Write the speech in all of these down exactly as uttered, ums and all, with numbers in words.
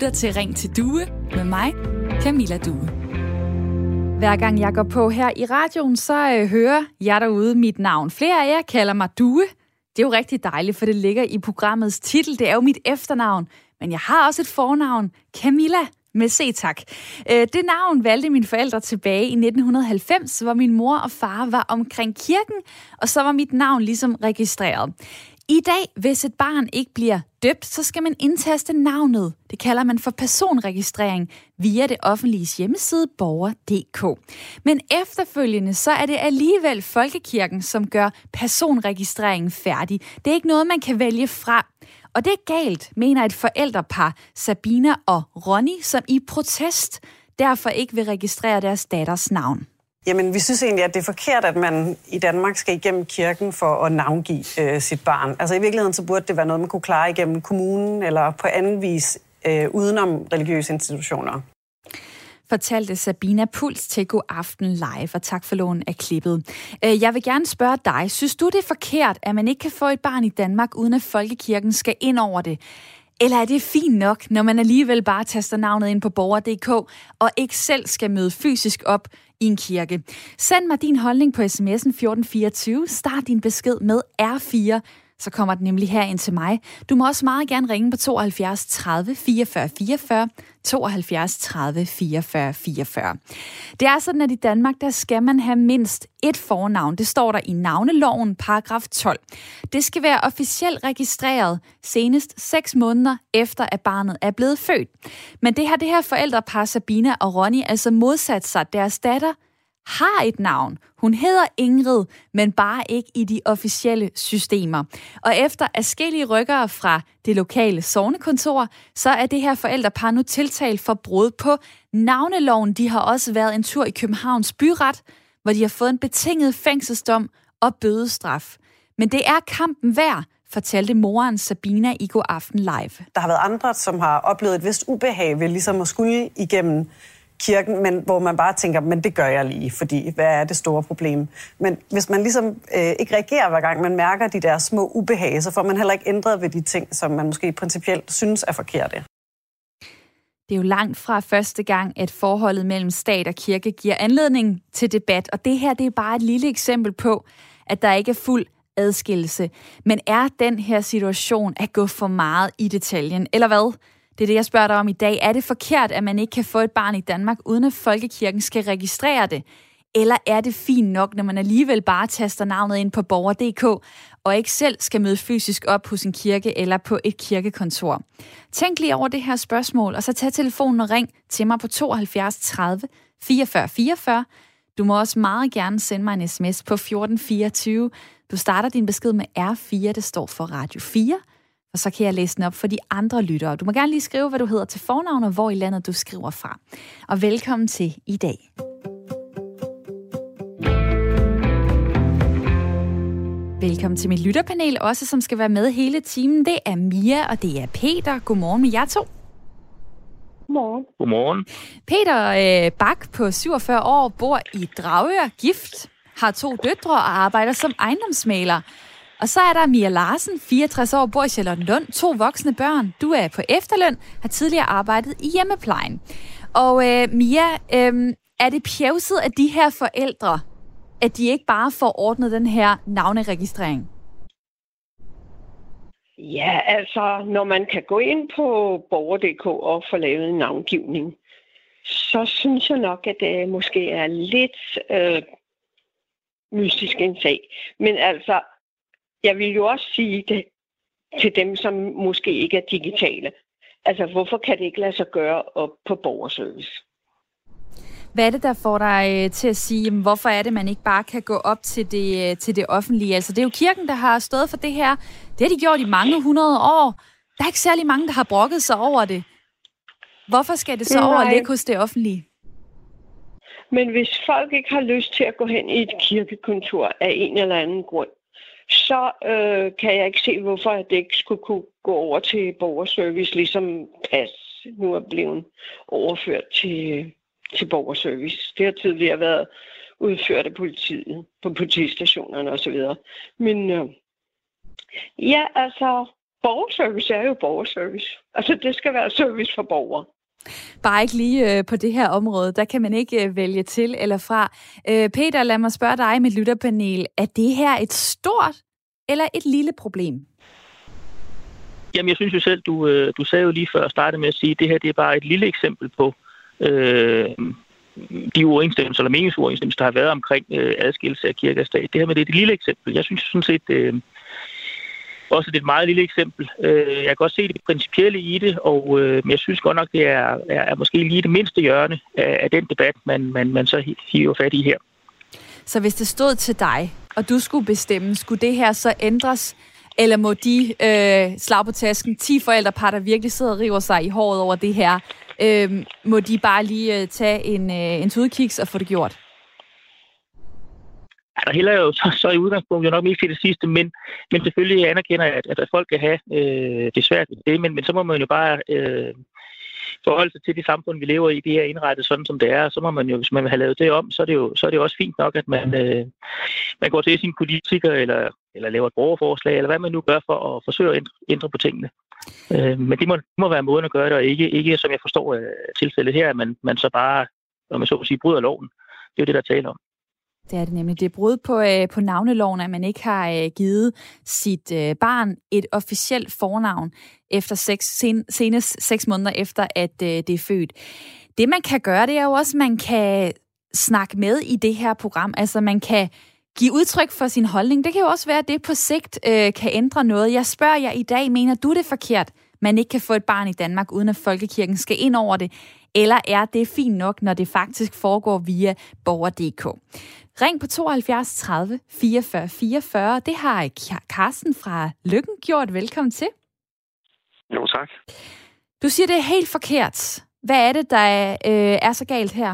lytter til Ring til Due med mig, Camilla Due. Hver gang jeg går på her i radioen, så øh, hører jeg derude mit navn. Flere af jer kalder mig Due. Det er jo rigtig dejligt, for det ligger i programmets titel. Det er jo mit efternavn. Men jeg har også et fornavn, Camilla, med C, tak. Øh, det navn valgte mine forældre tilbage i nitten halvfems, hvor min mor og far var omkring kirken, og så var mit navn ligesom registreret. I dag, hvis et barn ikke bliver døbt, så skal man indtaste navnet. Det kalder man for personregistrering via det offentlige hjemmeside borger punktum d k. Men efterfølgende, så er det alligevel Folkekirken, som gør personregistreringen færdig. Det er ikke noget, man kan vælge fra. Og det er galt, mener et forældrepar, Sabina og Ronny, som i protest derfor ikke vil registrere deres datters navn. Jamen, vi synes egentlig, at det er forkert, at man i Danmark skal igennem kirken for at navngive øh, sit barn. Altså i virkeligheden, så burde det være noget, man kunne klare igennem kommunen eller på anden vis øh, udenom religiøse institutioner. Fortalte Sabina Puls til God Aften Live, og tak for lånen af klippet. Jeg vil gerne spørge dig, synes du, det er forkert, at man ikke kan få et barn i Danmark, uden at Folkekirken skal ind over det? Eller er det fint nok, når man alligevel bare taster navnet ind på borger punktum d k, og ikke selv skal møde fysisk op i en kirke? Send mig din holdning på sms'en fjorten fireogtyve. Start din besked med R fire, så kommer den nemlig her ind til mig. Du må også meget gerne ringe på tooghalvfjerds tredive fireogfyrre fireogfyrre, tooghalvfjerds tredive fireogfyrre fireogfyrre. Det er sådan, at i Danmark, der skal man have mindst et fornavn. Det står der i navneloven, paragraf tolv. Det skal være officielt registreret senest seks måneder efter, at barnet er blevet født. Men det har det her forældrepar, Sabina og Ronny, altså modsat sig. Deres datter har et navn. Hun hedder Ingrid, men bare ikke i de officielle systemer. Og efter adskillige rykkere fra det lokale sognekontor, så er det her forældrepar nu tiltalt for brud på navneloven. De har også været en tur i Københavns byret, hvor de har fået en betinget fængselsdom og bødestraf. Men det er kampen værd, fortalte moren Sabina i God Aften Live. Der har været andre, som har oplevet et vist ubehag ved ligesom at skulle igennem kirken, men hvor man bare tænker, men det gør jeg lige, fordi hvad er det store problem? Men hvis man ligesom øh, ikke reagerer hver gang, man mærker de der små ubehag, så får man heller ikke ændret ved de ting, som man måske principielt synes er forkerte. Det er jo langt fra første gang, at forholdet mellem stat og kirke giver anledning til debat, og det her det er bare et lille eksempel på, at der ikke er fuld adskillelse. Men er den her situation at gå for meget i detaljen, eller hvad? Det er det, jeg spørger dig om i dag. Er det forkert, at man ikke kan få et barn i Danmark, uden at Folkekirken skal registrere det? Eller er det fint nok, når man alligevel bare taster navnet ind på borger punktum d k, og ikke selv skal møde fysisk op hos en kirke eller på et kirkekontor? Tænk lige over det her spørgsmål, og så tag telefonen og ring til mig på tooghalvfjerds tredive fireogfyrre fireogfyrre. Du må også meget gerne sende mig en sms på fjorten fireogtyve. Du starter din besked med R fire, det står for Radio fire. Og så kan jeg læse den op for de andre lyttere. Du må gerne lige skrive, hvad du hedder til fornavn, og hvor i landet du skriver fra. Og velkommen til i dag. Velkommen til mit lytterpanel, også som skal være med hele timen. Det er Mia, og det er Peter. Godmorgen med jer to. Godmorgen. Godmorgen. Peter øh, Bak på syvogfyrre år, bor i Dragør, gift, har to døtre og arbejder som ejendomsmægler. Og så er der Mia Larsen, fireogtres år, bor i Charlottenlund, to voksne børn. Du er på efterløn, har tidligere arbejdet i hjemmeplejen. Og øh, Mia, øh, er det pjevset af de her forældre, at de ikke bare får ordnet den her navneregistrering? Ja, altså, når man kan gå ind på borger punktum d k og få lavet en navngivning, så synes jeg nok, at det måske er lidt øh, mystisk en sag. Men altså, jeg vil jo også sige det til dem, som måske ikke er digitale. Altså, hvorfor kan det ikke lade sig gøre op på borgerservice? Hvad er det, der får dig til at sige, jamen, hvorfor er det, man ikke bare kan gå op til det, til det offentlige? Altså, det er jo kirken, der har stået for det her. Det har de gjort i mange hundrede år. Der er ikke særlig mange, der har brokket sig over det. Hvorfor skal det så over at ligge hos det offentlige? Men hvis folk ikke har lyst til at gå hen i et kirkekontor af en eller anden grund, så øh, kan jeg ikke se, hvorfor det ikke skulle kunne gå over til borgerservice, ligesom pas nu er blevet overført til, til borgerservice. Det har tidligere været udført af politiet på politistationerne osv. Men øh, ja, altså, borgerservice er jo borgerservice. Altså, det skal være service for borgere. Bare ikke lige øh, på det her område. Der kan man ikke øh, vælge til eller fra. Øh, Peter, lad mig spørge dig med lytterpanel. Er det her et stort eller et lille problem? Jamen, jeg synes jo selv, du, øh, du sagde jo lige før at starte med at sige, at det her det er bare et lille eksempel på øh, de uoverensstemmelser eller meningsuoverensstemmelser, der har været omkring øh, adskillelse af kirke og stat. Det her med det er et lille eksempel. Jeg synes sådan set øh, også, det er et meget lille eksempel. Øh, jeg kan godt se det principielle i det, og øh, men jeg synes godt nok, det er, er, er måske lige det mindste hjørne af, af den debat, man, man, man så hiver fat i her. Så hvis det stod til dig, og du skulle bestemme, skulle det her så ændres? Eller må de øh, slag på tasken, ti forældrepar, der virkelig sidder og river sig i håret over det her, øh, må de bare lige øh, tage en, øh, en tudkiks og få det gjort? Ja, der hælder jo så, så i udgangspunktet jo nok mest til det sidste, men, men selvfølgelig anerkender jeg, at, at folk kan have øh, det svært med det, men, men så må man jo bare øh, forholde sig til det samfund, vi lever i. Det er indrettet sådan, som det er. Så må man jo, hvis man vil have lavet det om, så er det jo, så er det jo også fint nok, at man, øh, man går til sin politiker, eller, eller laver et borgerforslag, eller hvad man nu gør for at forsøge at ændre, ændre på tingene. Øh, men det må, det må være måden at gøre det, og ikke, ikke som jeg forstår øh, tilfældet her, at man, man så bare, når man så at sige, bryder loven. Det er jo det, der taler om. Det er det nemlig. Det er brud på, øh, på navneloven, at man ikke har øh, givet sit øh, barn et officielt fornavn efter seks, sen, senest seks måneder efter, at øh, det er født. Det, man kan gøre, det er jo også, at man kan snakke med i det her program. Altså, man kan give udtryk for sin holdning. Det kan jo også være, at det på sigt øh, kan ændre noget. Jeg spørger jer i dag, mener du det forkert, man ikke kan få et barn i Danmark, uden at folkekirken skal ind over det? Eller er det fint nok, når det faktisk foregår via borger punktum d k? Ring på tooghalvfjerds tredive fireogfyrre fireogfyrre. Det har Carsten fra Løkken gjort. Velkommen til. Jo, tak. Du siger, det er helt forkert. Hvad er det, der er, øh, er så galt her?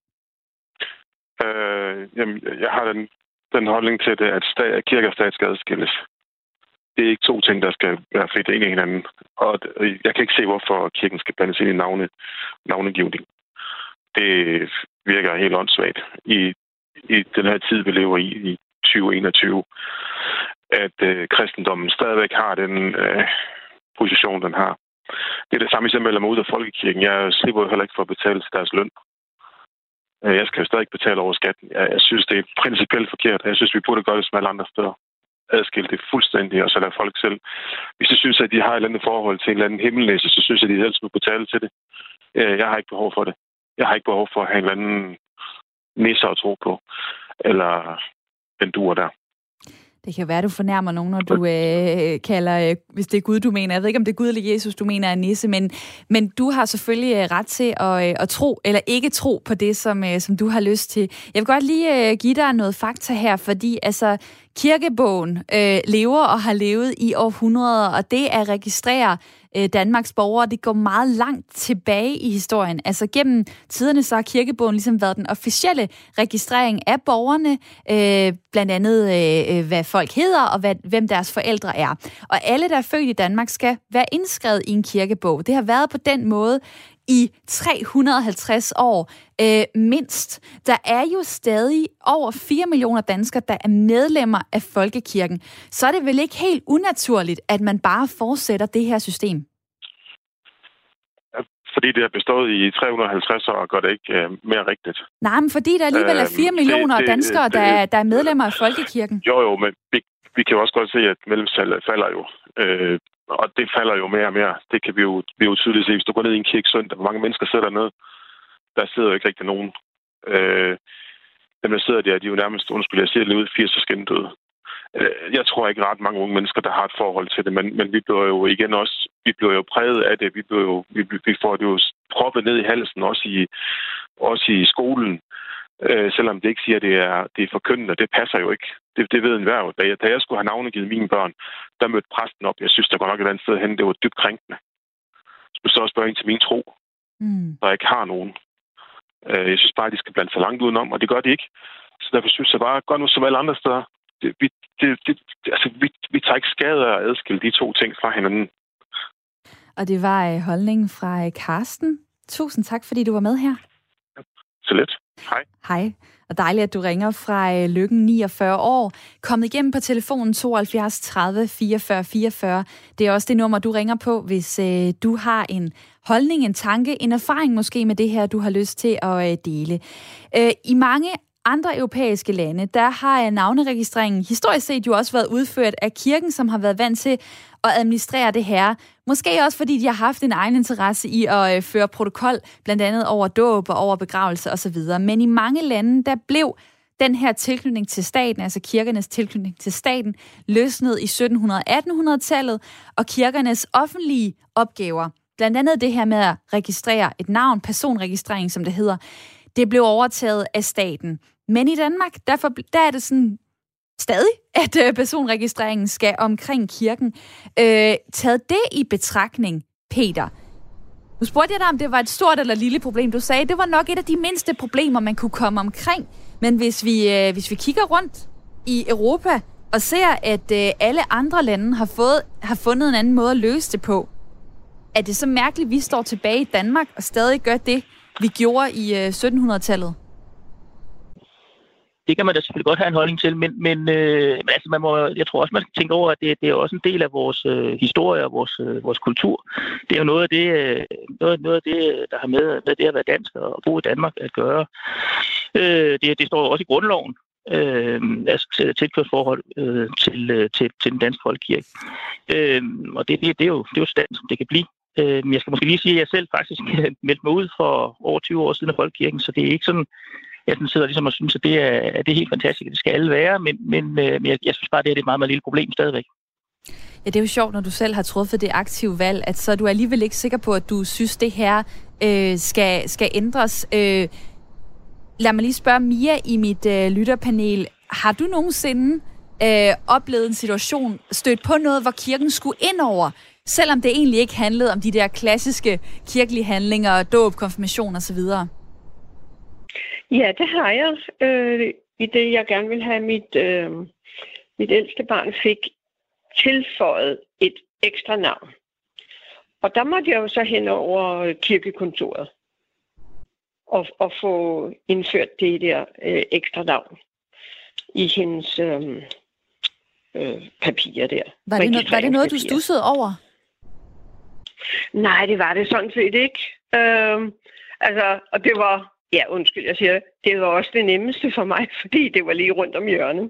Øh, jamen, jeg har den, den holdning til det, at stat, kirke og stat skal adskilles. Det er ikke to ting, der skal være frit ind i hinanden. Og jeg kan ikke se, hvorfor kirken skal blandes ind i navne, navnegivning. Det virker helt åndssvagt i, i den her tid, vi lever i, i tyve enogtyve, at øh, kristendommen stadigvæk har den øh, position, den har. Det er det samme eksempel med ud af folkekirken. Jeg slipper jo heller ikke for at betale til deres løn. Jeg skal jo stadig betale over skatten. Jeg, jeg synes, det er principielt forkert. Jeg synes, vi burde gøre det som alle andre steder. Adskille det fuldstændig, og så lade folk selv. Hvis de synes, at de har et eller andet forhold til en eller anden himmelnæse, så synes jeg, at de helst må betale til det. Jeg har ikke behov for det. Jeg har ikke behov for at have en eller anden nisse at tro på. Eller den duer der. Det kan være, at du fornærmer nogen, når du øh, kalder, øh, hvis det er Gud, du mener. Jeg ved ikke, om det er Gud eller Jesus, du mener er nisse, men, men du har selvfølgelig øh, ret til at, øh, at tro, eller ikke tro på det, som, øh, som du har lyst til. Jeg vil godt lige øh, give dig noget fakta her, fordi altså, kirkebogen øh, lever og har levet i århundreder, og det at registrere øh, Danmarks borgere, det går meget langt tilbage i historien. Altså gennem tiderne, så har kirkebogen ligesom været den officielle registrering af borgerne, øh, blandt andet øh, hvad folk hedder og hvad, hvem deres forældre er. Og alle, der er født i Danmark, skal være indskrevet i en kirkebog. Det har været på den måde i tre hundrede og halvtreds år øh, mindst. Der er jo stadig over fire millioner danskere, der er medlemmer af folkekirken. Så er det vel ikke helt unaturligt, at man bare fortsætter det her system? Fordi det har bestået i tre hundrede og halvtreds år, gør det ikke øh, mere rigtigt. Nej, men fordi der alligevel er fire millioner det, det, danskere, det, der, er, der er medlemmer af folkekirken. Jo, jo, men vi, vi kan jo også godt se, at medlemstallet falder jo. Øh, og det falder jo mere og mere. Det kan vi jo, vi jo tydeligt se. Hvis du går ned i en kirke søndag, hvor mange mennesker sidder dernede, der sidder jo ikke rigtig nogen. Øh, dem, der sidder der, de er jo nærmest, undskyld, jeg siger, levet firs og skindøde. Jeg tror ikke ret mange unge mennesker, der har et forhold til det, men, men vi bliver jo igen også, vi bliver jo præget af det, vi, bliver jo, vi, vi får det jo proppet ned i halsen, også i, også i skolen, øh, selvom det ikke siger, at det er, det er forkyndende, det passer jo ikke. Det, det ved enhver jo. Da jeg, da jeg skulle have navnegivet mine børn, der mødte præsten op. Jeg synes, der går nok et andet sted hen, det var dybt krænkende. Så også spørge ind til min tro, mm. der ikke har nogen. Øh, jeg synes bare, at de skal blande sig langt udenom, og det gør de ikke. Så derfor synes jeg bare, gør nu som alle andre steder. Det, vi, det, det, altså, vi, vi tager ikke skade af at adskille de to ting fra hinanden. Og det var holdningen fra Carsten. Tusind tak, fordi du var med her. Så lidt. Hej. Hej, og dejligt, at du ringer fra øh, Løkken, niogfyrre år. Kommet igennem på telefonen tooghalvfjerds tredive fireogfyrre fireogfyrre. Det er også det nummer, du ringer på, hvis øh, du har en holdning, en tanke, en erfaring måske med det her, du har lyst til at øh, dele. Øh, I mange andre europæiske lande, der har navneregistreringen historisk set jo også været udført af kirken, som har været vant til at administrere det her. Måske også fordi de har haft en egen interesse i at øh, føre protokol, blandt andet over dåb og over begravelse osv. Men i mange lande, der blev den her tilknytning til staten, altså kirkernes tilknytning til staten, løsnet i syttenhundrede- og attenhundredetallet, og kirkernes offentlige opgaver, blandt andet det her med at registrere et navn, personregistrering som det hedder, det blev overtaget af staten. Men i Danmark, derfor, der er det sådan stadig, at øh, personregistreringen skal omkring kirken. Øh, taget det i betragtning, Peter. Nu spurgte jeg dig, om det var et stort eller lille problem. Du sagde, det var nok et af de mindste problemer, man kunne komme omkring. Men hvis vi, øh, hvis vi kigger rundt i Europa og ser, at øh, alle andre lande har, fået, har fundet en anden måde at løse det på, er det så mærkeligt, at vi står tilbage i Danmark og stadig gør det, vi gjorde i øh, syttenhundredetallet? Det kan man da selvfølgelig godt have en holdning til, men, men øh, altså man må, jeg tror også, man skal tænke over, at det, det er også en del af vores øh, historie og vores, øh, vores kultur. Det er jo noget af det, øh, noget, noget af det der har med, med det at være dansk og bo i Danmark at gøre. Øh, det, det står også i grundloven, øh, altså tilkørsforhold øh, til, øh, til, til den danske folkekirke. Øh, og det, det, det, er jo, det er jo stand, som det kan blive. Øh, jeg skal måske lige sige, at jeg selv faktisk meldte mig ud for over tyve år siden af folkekirken, så det er ikke sådan, jeg sidder ligesom og synes, at det er, at det er helt fantastisk, at det skal alle være, men, men øh, jeg, jeg synes bare, at det er et meget, meget lille problem stadigvæk. Ja, det er jo sjovt, når du selv har truffet det aktive valg, at så er du alligevel ikke sikker på, at du synes, det her øh, skal, skal ændres. Øh, lad mig lige spørge Mia i mit øh, lytterpanel. Har du nogensinde øh, oplevet en situation, stødt på noget, hvor kirken skulle ind over, selvom det egentlig ikke handlede om de der klassiske kirkelige handlinger, dåb, konfirmation osv.? Ja, det har jeg. Øh, I det, jeg gerne vil have, mit, øh, mit ældste barn fik tilføjet et ekstra navn. Og der måtte jeg jo så hen over kirkekontoret og, og få indført det der øh, ekstra navn i hendes øh, øh, papirer der. Var det, no- var det noget, du stussede over? Nej, det var det sådan set ikke. Øh, altså, og det var... Ja, undskyld, jeg siger, det var også det nemmeste for mig, fordi det var lige rundt om hjørnet.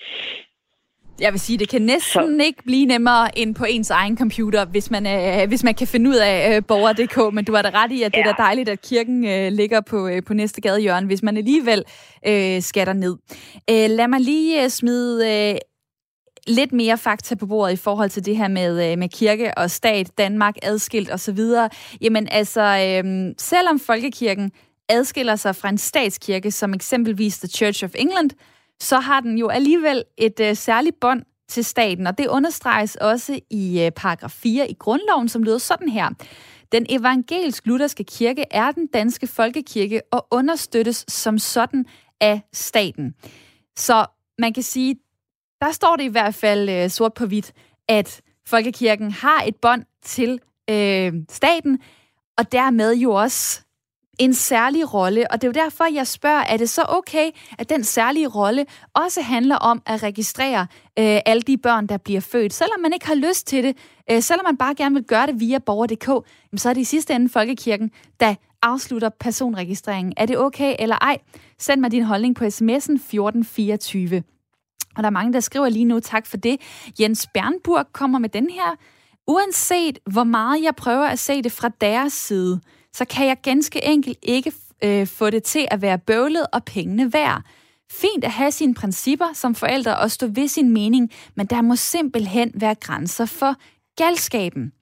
Jeg vil sige, det kan næsten så. ikke blive nemmere end på ens egen computer, hvis man, øh, hvis man kan finde ud af øh, borger punktum d k, men du har da ret i, at ja. Det er da dejligt, at kirken øh, ligger på, øh, på næste gadehjørne, hvis man alligevel øh, skatter ned. Øh, lad mig lige øh, smide... Øh, lidt mere fakta på bordet i forhold til det her med, med kirke og stat, Danmark adskilt osv. Jamen altså, øh, selvom folkekirken adskiller sig fra en statskirke, som eksempelvis The Church of England, så har den jo alligevel et øh, særligt bånd til staten, og det understreges også i øh, paragraf fire i grundloven, som lyder sådan her. Den evangelisk-lutherske kirke er den danske folkekirke og understøttes som sådan af staten. Så man kan sige, der står det i hvert fald øh, sort på hvidt, at folkekirken har et bånd til øh, staten, og dermed jo også en særlig rolle, og det er jo derfor, jeg spørger, er det så okay, at den særlige rolle også handler om at registrere øh, alle de børn, der bliver født, selvom man ikke har lyst til det, øh, selvom man bare gerne vil gøre det via borger punktum d k, så er det i sidste ende folkekirken, der afslutter personregistreringen. Er det okay eller ej? Send mig din holdning på sms'en fjorten fireogtyve. Og der er mange, der skriver lige nu, tak for det. Jens Bernburg kommer med den her. Uanset hvor meget jeg prøver at se det fra deres side, så kan jeg ganske enkelt ikke øh, få det til at være bøvlet og pengene værd. Fint at have sine principper som forældre og stå ved sin mening, men der må simpelthen være grænser for galskaben.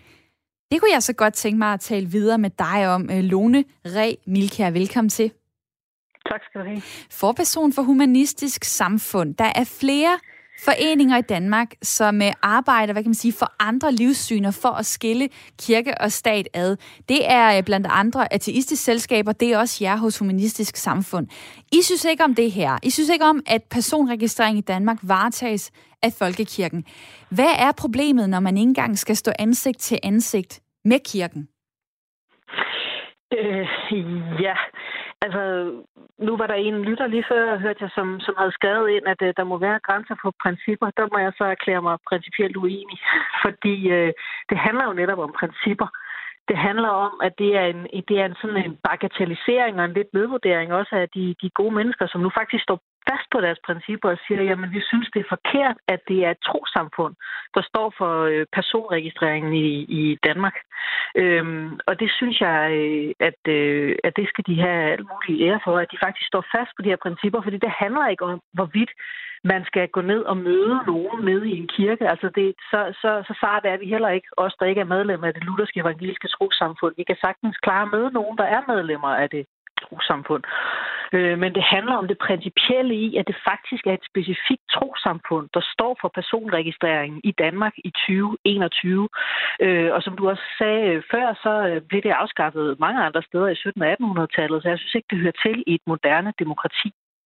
Det kunne jeg så godt tænke mig at tale videre med dig om. Lone Reh Milkjær, velkommen til. Tak skal du have. Forperson for Humanistisk Samfund. Der er flere foreninger i Danmark, som arbejder, hvad kan man sige, for andre livssyner for at skille kirke og stat ad. Det er blandt andre ateistiske selskaber, det er også jer hos Humanistisk Samfund. I synes ikke om det her. I synes ikke om, at personregistrering i Danmark varetages af folkekirken. Hvad er problemet, når man ikke engang skal stå ansigt til ansigt med kirken? Øh, ja, altså, nu var der en lytter lige før, hørte jeg, som, som havde skrevet ind, at uh, der må være grænser for principper. Der må jeg så erklære mig principielt uenig, fordi uh, det handler jo netop om principper. Det handler om, at det er en, det er en sådan en bagatellisering og en lidt nedvurdering også af de, de gode mennesker, som nu faktisk står fast på deres principper og siger, jamen vi synes, det er forkert, at det er et trossamfund, der står for øh, personregistreringen i, i Danmark. Øhm, og det synes jeg, øh, at, øh, at det skal de have alt muligt ære for, at de faktisk står fast på de her principper, fordi det handler ikke om, hvorvidt man skal gå ned og møde nogen nede i en kirke. Altså det, så, så, så sart er vi heller ikke, os der ikke er medlemmer af det lutherske evangeliske trossamfund. Vi kan sagtens klare at møde nogen, der er medlemmer af det trossamfund. Øh, men det handler om det principielle i, at det faktisk er et specifikt trossamfund, der står for personregistreringen i Danmark i tyve enogtyve. Øh, og som du også sagde før, så blev det afskaffet mange andre steder i sytten- og attenhundredetallet, så jeg synes ikke, det hører til i et moderne demokrati.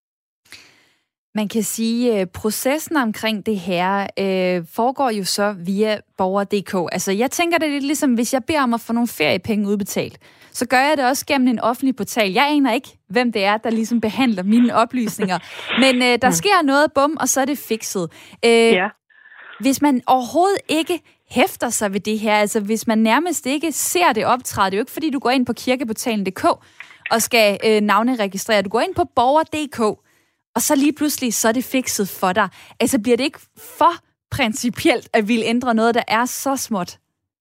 Man kan sige, at processen omkring det her øh, foregår jo så via borger punktum d k. Altså, jeg tænker det lidt ligesom, hvis jeg beder om at få nogle feriepenge udbetalt, så gør jeg det også gennem en offentlig portal. Jeg aner ikke, hvem det er, der ligesom behandler mine oplysninger. Men øh, der sker noget, bum, og så er det fikset. Øh, ja. Hvis man overhovedet ikke hæfter sig ved det her, altså hvis man nærmest ikke ser det optræde, det er jo ikke, fordi du går ind på kirkeportalen punktum d k og skal øh, navneregistrere. Du går ind på borger punktum d k, og så lige pludselig, så er det fikset for dig. Altså, bliver det ikke for principielt at ville ændre noget, der er så småt?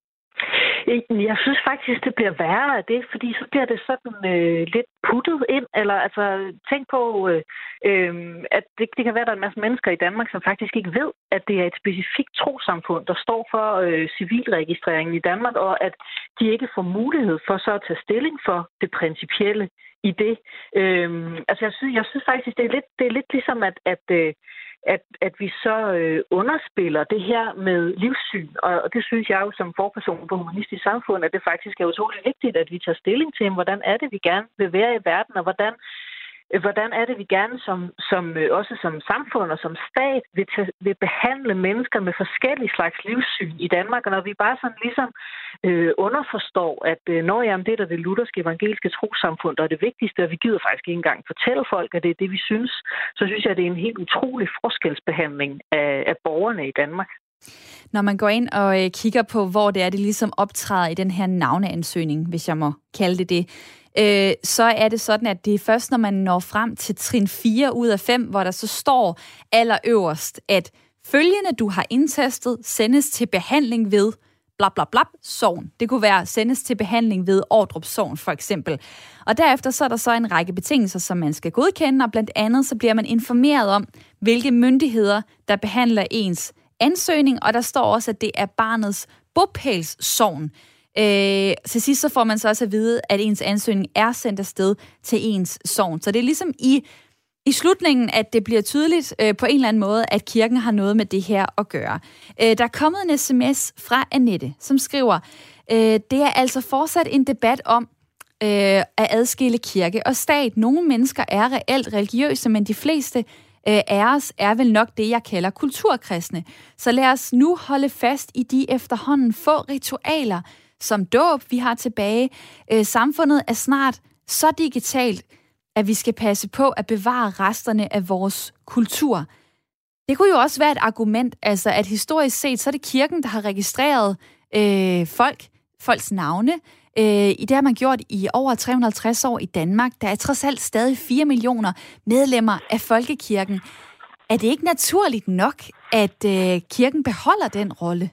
Jeg synes faktisk, det bliver værre af det, fordi så bliver det sådan øh, lidt puttet ind. Eller altså, tænk på, øh, øh, at det, det kan være, at der er en masse mennesker i Danmark, som faktisk ikke ved, at det er et specifikt trossamfund, der står for øh, civilregistreringen i Danmark, og at de ikke får mulighed for så at tage stilling for det principielle i det. Øhm, altså jeg synes, jeg synes faktisk, det er lidt, det er lidt ligesom, at, at, at, at vi så øh, underspiller det her med livssyn. Og, og det synes jeg jo som forperson på Humanistisk Samfund, at det faktisk er utrolig vigtigt, at vi tager stilling til, hvordan er det, vi gerne vil være i verden, og hvordan Hvordan er det, vi gerne som, som, også som samfund og som stat vil, tage, vil behandle mennesker med forskellige slags livssyn i Danmark? Og når vi bare sådan ligesom øh, underforstår, at øh, når jamen, det er der det lutherske evangeliske trossamfund, der er det vigtigste, og vi gider faktisk ikke engang fortælle folk, at det er det, vi synes, så synes jeg, at det er en helt utrolig forskelsbehandling af, af borgerne i Danmark. Når man går ind og øh, kigger på, hvor det er, det ligesom optræder i den her navneansøgning, hvis jeg må kalde det det, øh, så er det sådan, at det er først, når man når frem til trin fire ud af fem, hvor der så står allerøverst, at følgende, du har indtastet, sendes til behandling ved bla bla bla sogn. Det kunne være sendes til behandling ved Ordrup Sogn, for eksempel. Og derefter så er der så en række betingelser, som man skal godkende, og blandt andet så bliver man informeret om, hvilke myndigheder, der behandler ens ansøgning, og der står også, at det er barnets bopælssogn. Øh, til sidst så får man så også at vide, at ens ansøgning er sendt afsted til ens sogn. Så det er ligesom i, i slutningen, at det bliver tydeligt øh, på en eller anden måde, at kirken har noget med det her at gøre. Øh, der er kommet en sms fra Annette, som skriver, øh, det er altså fortsat en debat om øh, at adskille kirke og stat. Nogle mennesker er reelt religiøse, men de fleste af os er vel nok det, jeg kalder kulturkristne. Så lad os nu holde fast i de efterhånden få ritualer, som dåb vi har tilbage. Samfundet er snart så digitalt, at vi skal passe på at bevare resterne af vores kultur. Det kunne jo også være et argument, altså at historisk set, så er det kirken, der har registreret øh, folk, folks navne. Øh, I det har man gjort i over tre hundrede og halvtreds år i Danmark. Der er trods alt stadig fire millioner medlemmer af folkekirken. Er det ikke naturligt nok, at øh, kirken beholder den rolle?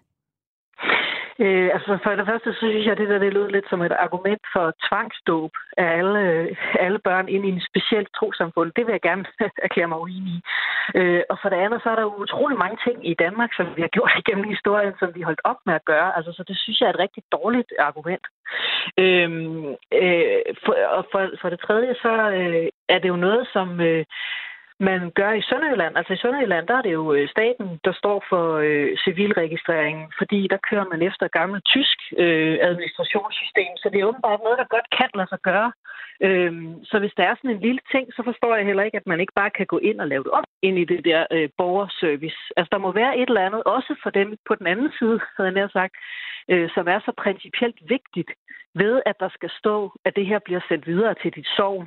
Øh, altså for det første, så synes jeg, at det der det lød lidt som et argument for tvangsdåb af alle, alle børn ind i en specielt trossamfund. Det vil jeg gerne erklære mig uenig i. Øh, og for det andet, så er der jo utrolig mange ting i Danmark, som vi har gjort igennem historien, som vi holdt op med at gøre. Altså, så det synes jeg er et rigtig dårligt argument. Øh, øh, for, og for, for det tredje, så øh, er det jo noget, som... Øh, man gør i Sønderjylland. Altså i Sønderjylland, der er det jo staten, der står for øh, civilregistreringen, fordi der kører man efter et gammelt tysk øh, administrationssystem, så det er åbenbart noget, der godt kan lade sig gøre. Øhm, så hvis der er sådan en lille ting, så forstår jeg heller ikke, at man ikke bare kan gå ind og lave det om ind i det der øh, borgerservice. Altså der må være et eller andet, også for dem på den anden side, havde jeg nær sagt, øh, som er så principielt vigtigt ved, at der skal stå, at det her bliver sendt videre til dit sogn,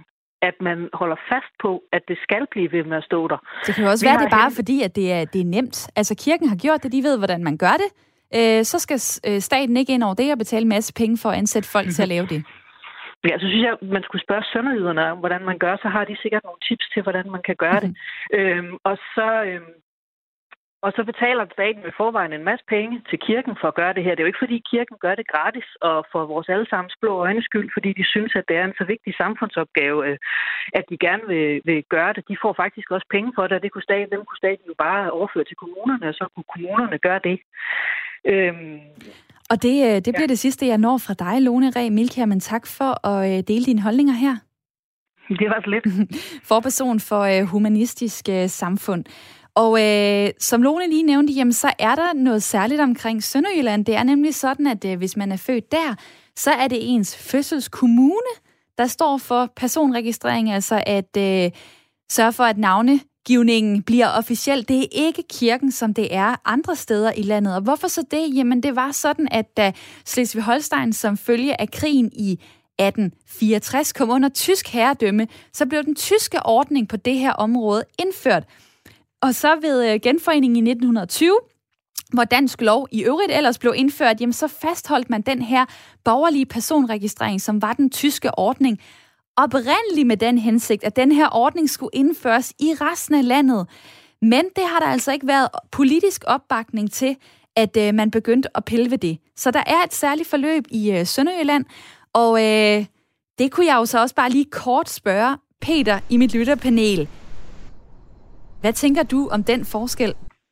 at man holder fast på, at det skal blive ved med at stå der. Det kan jo også Vi være, det er bare hen... fordi, at det er, det er nemt. Altså kirken har gjort det, de ved, hvordan man gør det. Øh, så skal staten ikke ind over det og betale en masse penge for at ansætte folk til at lave det. Ja, så synes jeg, man skulle spørge sønderjyderne om, hvordan man gør, så har de sikkert nogle tips til, hvordan man kan gøre det. øhm, og så... Øhm, Og så betaler staten i forvejen en masse penge til kirken for at gøre det her. Det er jo ikke, fordi kirken gør det gratis og for vores allesammens blå øjne skyld, fordi de synes, at det er en så vigtig samfundsopgave, at de gerne vil, vil gøre det. De får faktisk også penge for det, og det kunne staten, dem kunne staten jo bare overføre til kommunerne, og så kunne kommunerne gøre det. Øhm, og det, det bliver ja. det sidste, jeg når fra dig, Lone Ræ Milkjær, men tak for at dele dine holdninger her. Det var så lidt. Forperson for Humanistisk Samfund. Og øh, som Lone lige nævnte, jamen, så er der noget særligt omkring Sønderjylland. Det er nemlig sådan, at øh, hvis man er født der, så er det ens fødselskommune, der står for personregistrering, altså at øh, sørge for, at navnegivningen bliver officiel. Det er ikke kirken, som det er andre steder i landet. Og hvorfor så det? Jamen det var sådan, at da Slesvig-Holstein som følge af krigen i atten fireogtres kom under tysk herredømme, så blev den tyske ordning på det her område indført. Og så ved genforeningen i nitten tyve, hvor dansk lov i øvrigt ellers blev indført, jamen så fastholdt man den her borgerlige personregistrering, som var den tyske ordning, oprindeligt med den hensigt, at den her ordning skulle indføres i resten af landet. Men det har der altså ikke været politisk opbakning til, at øh, man begyndte at pille ved det. Så der er et særligt forløb i øh, Sønderjylland, og øh, det kunne jeg jo så også bare lige kort spørge Peter i mit lytterpanel. Hvad tænker du om den forskel?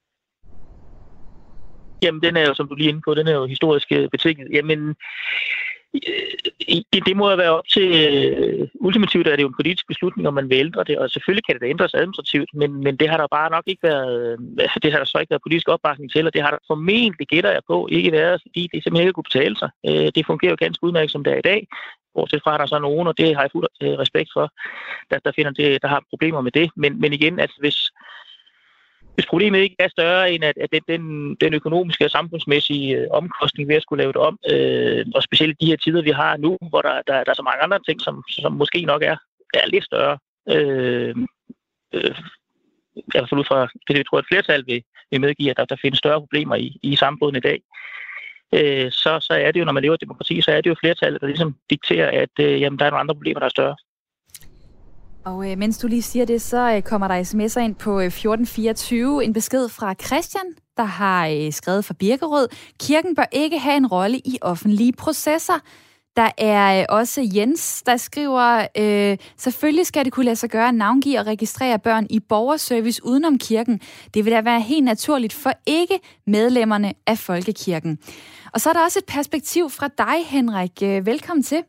Jamen, den er jo, som du lige er inde på, den er jo historisk betinget. Jamen, det må jo være op til... Ultimativt er det jo en politisk beslutning, om man vil ændre det, og selvfølgelig kan det da ændres administrativt, men, men det har der bare nok ikke været... Det har der så ikke været politisk opbakning til, og det har der formentlig, gætter jeg på, ikke været, fordi det simpelthen ikke kunne betale sig. Det fungerer jo ganske udmærket, som det er i dag. Bortset fra, at der er så nogen, og det har jeg fuld respekt for, der, der, finder det, der har problemer med det. Men, men igen, altså hvis, hvis problemet ikke er større end, at, at den, den, den økonomiske og samfundsmæssige omkostning ved at skulle lave det om, øh, og specielt de her tider, vi har nu, hvor der, der, der er så mange andre ting, som, som måske nok er, er lidt større. Øh, øh, I hvert fald ud fra det, jeg tror, at flertal vil, vil medgive, at der, der findes større problemer i, i samfundet i dag. Så, så er det jo, når man lever i demokrati, så er det jo flertallet, der ligesom dikterer, at øh, jamen, der er nogle andre problemer, der er større. Og øh, mens du lige siger det, så øh, kommer der sms'er ind på øh, fjorten fireogtyve. En besked fra Christian, der har øh, skrevet fra Birkerød. Kirken bør ikke have en rolle i offentlige processer. Der er øh, også Jens, der skriver, øh, selvfølgelig skal det kunne lade sig gøre at navngive og registrere børn i borgerservice udenom kirken. Det vil da være helt naturligt for ikke medlemmerne af Folkekirken. Og så er der også et perspektiv fra dig, Henrik. Velkommen til.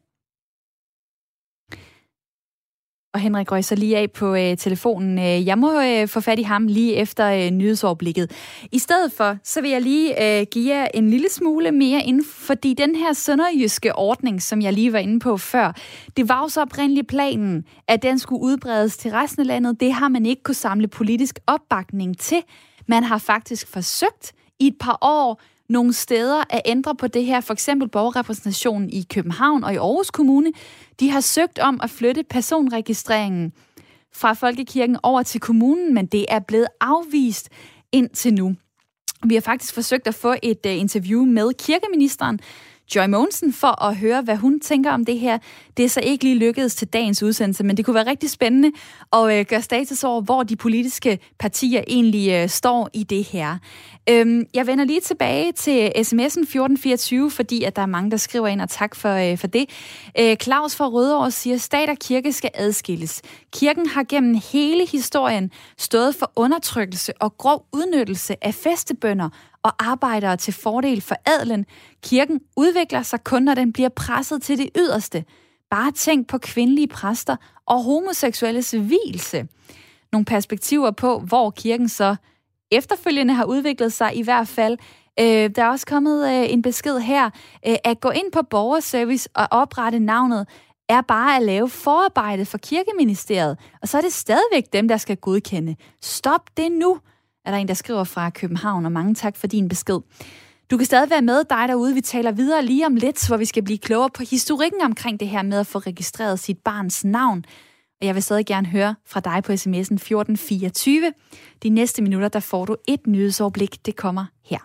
Og Henrik røg så lige af på øh, telefonen. Jeg må øh, få fat i ham lige efter øh, nyhedsoverblikket. I stedet for, så vil jeg lige øh, give jer en lille smule mere ind, fordi den her sønderjyske ordning, som jeg lige var inde på før, det var jo så oprindeligt planen, at den skulle udbredes til resten af landet. Det har man ikke kunne samle politisk opbakning til. Man har faktisk forsøgt i et par år nogle steder at ændre på det her. For eksempel borgerrepræsentationen i København og i Aarhus Kommune. De har søgt om at flytte personregistreringen fra Folkekirken over til kommunen, men det er blevet afvist indtil nu. Vi har faktisk forsøgt at få et uh, interview med kirkeministeren, Joy Mogensen, for at høre, hvad hun tænker om det her. Det er så ikke lige lykkedes til dagens udsendelse, men det kunne være rigtig spændende at øh, gøre status over, hvor de politiske partier egentlig øh, står i det her. Øhm, jeg vender lige tilbage til sms'en fjorten fireogtyve, fordi at der er mange, der skriver ind, og tak for, øh, for det. Øh, Claus fra Rødovre siger, stat og kirke skal adskilles. Kirken har gennem hele historien stået for undertrykkelse og grov udnyttelse af fæstebønder og arbejdere til fordel for adelen. Kirken udvikler sig kun, når den bliver presset til det yderste. Bare tænk på kvindelige præster og homoseksuelles vielse. Nogle perspektiver på, hvor kirken så efterfølgende har udviklet sig i hvert fald. Øh, der er også kommet øh, en besked her. Øh, at gå ind på borgerservice og oprette navnet er bare at lave forarbejde for Kirkeministeriet. Og så er det stadigvæk dem, der skal godkende. Stop det nu, er der en, der skriver fra København, og mange tak for din besked. Du kan stadig være med dig derude. Vi taler videre lige om lidt, hvor vi skal blive klogere på historikken omkring det her med at få registreret sit barns navn. Og jeg vil stadig gerne høre fra dig på sms'en fjorten fireogtyve. De næste minutter, der får du et nyhedsoverblik. Det kommer her.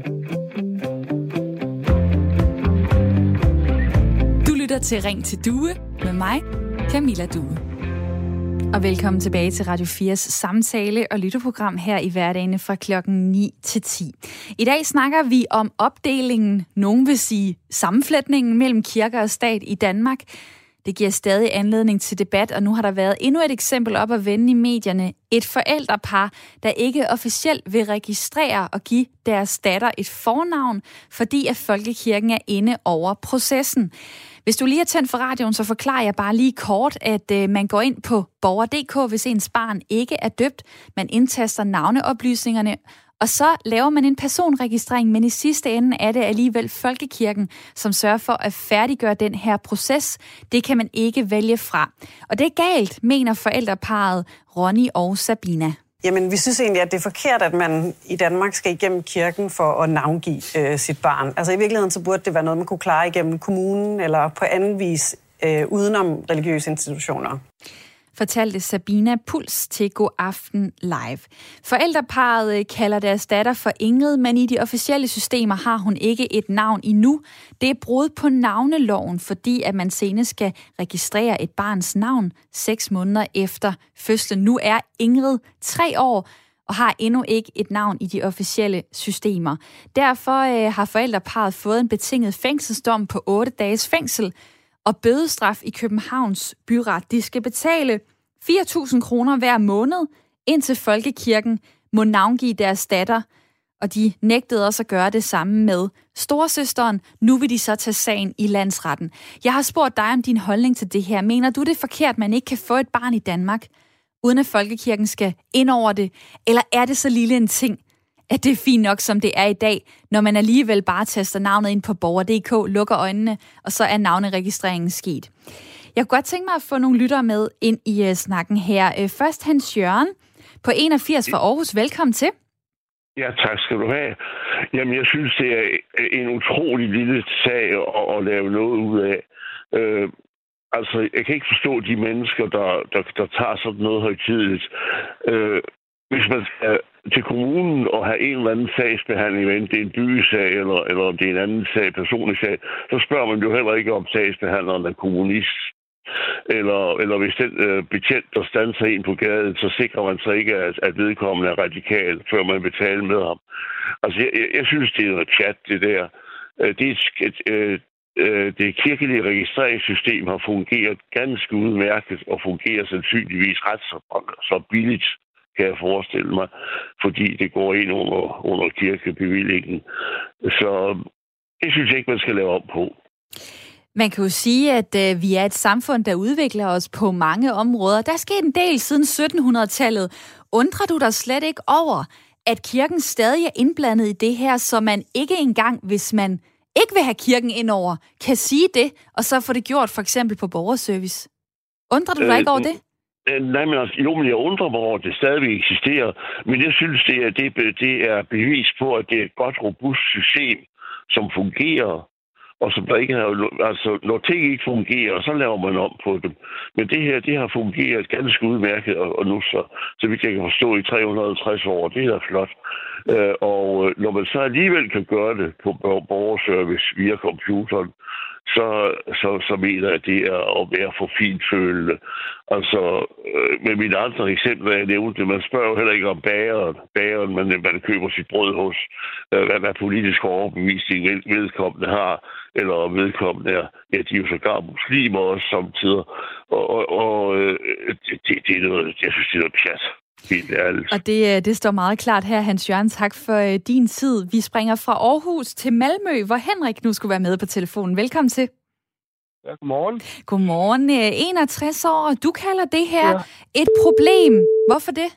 Du lytter til Ring til Due med mig, Camilla Due. Og velkommen tilbage til Radio fires samtale- og lytteprogram her i hverdagene fra klokken ni til ti. I dag snakker vi om opdelingen, nogen vil sige sammenflætningen mellem kirke og stat i Danmark. Det giver stadig anledning til debat, og nu har der været endnu et eksempel op at vende i medierne. Et forældrepar, der ikke officielt vil registrere og give deres datter et fornavn, fordi at folkekirken er inde over processen. Hvis du lige har tændt for radioen, så forklarer jeg bare lige kort, at øh, man går ind på borger punktum d k, hvis ens barn ikke er døbt. Man indtaster navneoplysningerne, og så laver man en personregistrering, men i sidste ende er det alligevel folkekirken, som sørger for at færdiggøre den her proces. Det kan man ikke vælge fra. Og det er galt, mener forældreparret Ronny og Sabina. Jamen, vi synes egentlig, at det er forkert, at man i Danmark skal igennem kirken for at navngive øh, sit barn. Altså i virkeligheden, så burde det være noget, man kunne klare igennem kommunen eller på anden vis øh, udenom religiøse institutioner. Fortalte Sabina Puls til God Aften Live. Forældreparret kalder deres datter for Ingrid, men i de officielle systemer har hun ikke et navn endnu. Det er brud på navneloven, fordi at man senest skal registrere et barns navn seks måneder efter fødslen. Nu er Ingrid tre år og har endnu ikke et navn i de officielle systemer. Derfor øh, har forældreparret fået en betinget fængselsdom på otte dages fængsel og bødestraf i Københavns byret. De skal betale fire tusind kroner hver måned, indtil folkekirken må navngive deres datter, og de nægtede også at gøre det samme med storesøsteren. Nu vil de så tage sagen i landsretten. Jeg har spurgt dig om din holdning til det her. Mener du det er forkert, at man ikke kan få et barn i Danmark, uden at folkekirken skal ind over det? Eller er det så lille en ting, at det er fint nok, som det er i dag, når man alligevel bare taster navnet ind på borger punktum d k, lukker øjnene, og så er navneregistreringen sket? Jeg kunne godt tænke mig at få nogle lyttere med ind i uh, snakken her. Uh, først Hans Jørgen på enogfirs fra Aarhus. Velkommen til. Ja, tak skal du have. Jamen, jeg synes, det er en utrolig lille sag at, at lave noget ud af. Uh, altså, jeg kan ikke forstå de mennesker, der, der, der tager sådan noget højtideligt. Uh, Hvis man skal til kommunen og have en eller anden sagsbehandling, enten det er en byggesag eller, eller det er en anden sag, personlig sag, så spørger man jo heller ikke om sagsbehandleren er kommunist. Eller, eller hvis den øh, betjent, der standser en på gaden, så sikrer man sig ikke, at, at vedkommende er radikal, før man betaler med ham. Altså, jeg, jeg synes, det er noget chat, det der. Det, er, øh, det kirkelige registreringssystem har fungeret ganske udmærket og fungerer sandsynligvis ret så, så billigt, kan jeg forestille mig, fordi det går ind under, under kirkebevillingen. Så det synes jeg ikke, man skal lave om på. Man kan jo sige, at øh, vi er et samfund, der udvikler os på mange områder. Der er sket en del siden syttenhundredetallet. Undrer du dig slet ikke over, at kirken stadig er indblandet i det her, så man ikke engang, hvis man ikke vil have kirken indover, kan sige det, og så få det gjort for eksempel på borgerservice? Undrer du dig øh, ikke over det? Nej, men altså, jo, men jeg undrer mig over, at det stadigvæk eksisterer. Men jeg synes, det er, det, det er bevis på, at det er et godt, robust system, som fungerer, og som der ikke har... Altså, når ting ikke fungerer, så laver man om på dem. Men det her, det har fungeret ganske udmærket, og, og nu så, så vidt jeg kan forstå, i tre hundrede og halvtreds år. Det er flot. Øh, og når man så alligevel kan gøre det på borgerservice via computeren, så, så, så mener jeg, at det er at være for fintfølende. Altså, øh, med mine andre eksempler, jeg nævnte, man spørger jo heller ikke om bageren, bageren man, man køber sit brød hos, øh, hvad, hvad politisk overbevisning vedkommende har, eller vedkommende er, ja, de er jo sågar muslimer også samtidig. Og, og, og øh, det, det er noget, jeg synes, det er noget pjat. Og det, det står meget klart her, Hans Jørgen. Tak for uh, din tid. Vi springer fra Aarhus til Malmø, hvor Henrik nu skulle være med på telefonen. Velkommen til. Ja, godmorgen. Godmorgen. enogtres år. Du kalder det her ja. et problem. Hvorfor det?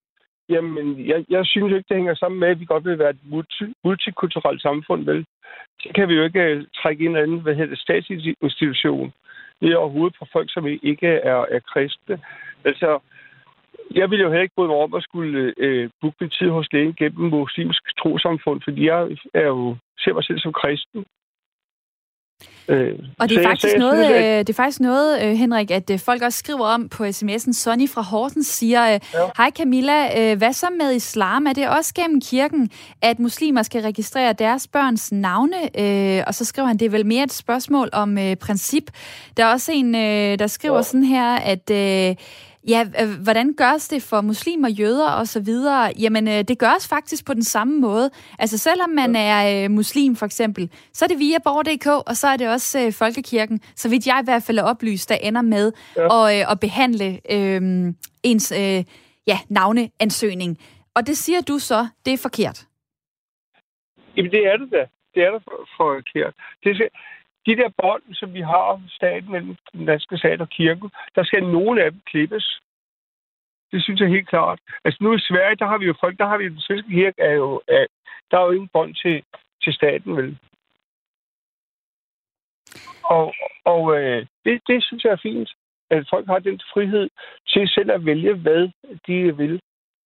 Jamen, jeg, jeg synes ikke, det hænger sammen med, at vi godt vil være et multi- multikulturelt samfund, vel? Så kan vi jo ikke uh, trække en eller anden, hvad hedder det, statsinstitution. Det er overhovedet for folk, som ikke er, er kristne. Altså, jeg ville jo heller ikke bryde mig om at skulle øh, booke min tid hos lægen gennem muslimsk trosamfund, fordi jeg er jo, ser mig selv som kristen. Øh, og det er, jeg, faktisk jeg noget, synes, at... øh, det er faktisk noget, øh, Henrik, at øh, folk også skriver om på sms'en. Sonny fra Horsens siger, øh, ja. Hej Camilla, øh, hvad så med islam? Er det også gennem kirken, at muslimer skal registrere deres børns navne? Øh, og så skriver han, det er vel mere et spørgsmål om øh, princip. Der er også en, øh, der skriver ja. sådan her, at... Øh, Ja, øh, hvordan gørs det for muslimer, jøder og så videre? Jamen, øh, det gøres faktisk på den samme måde. Altså, selvom man ja. er øh, muslim for eksempel, så er det via borger punktum d k, og så er det også øh, Folkekirken, så vidt jeg i hvert fald er oplyst, der ender med ja. at, øh, at behandle øh, ens øh, ja, navneansøgning. Og det siger du så, det er forkert. Jamen, det er det da. Det er da for, forkert. Det er, de der bånd, som vi har staten mellem den danske stat og kirken, der skal nogle af dem klippes. Det synes jeg helt klart. Altså nu i Sverige, der har vi jo folk, der har vi den svenske kirke, er jo, er, der er jo ingen bånd til, til staten, vel? Og, og øh, det, det synes jeg er fint, at folk har den frihed til selv at vælge, hvad de vil.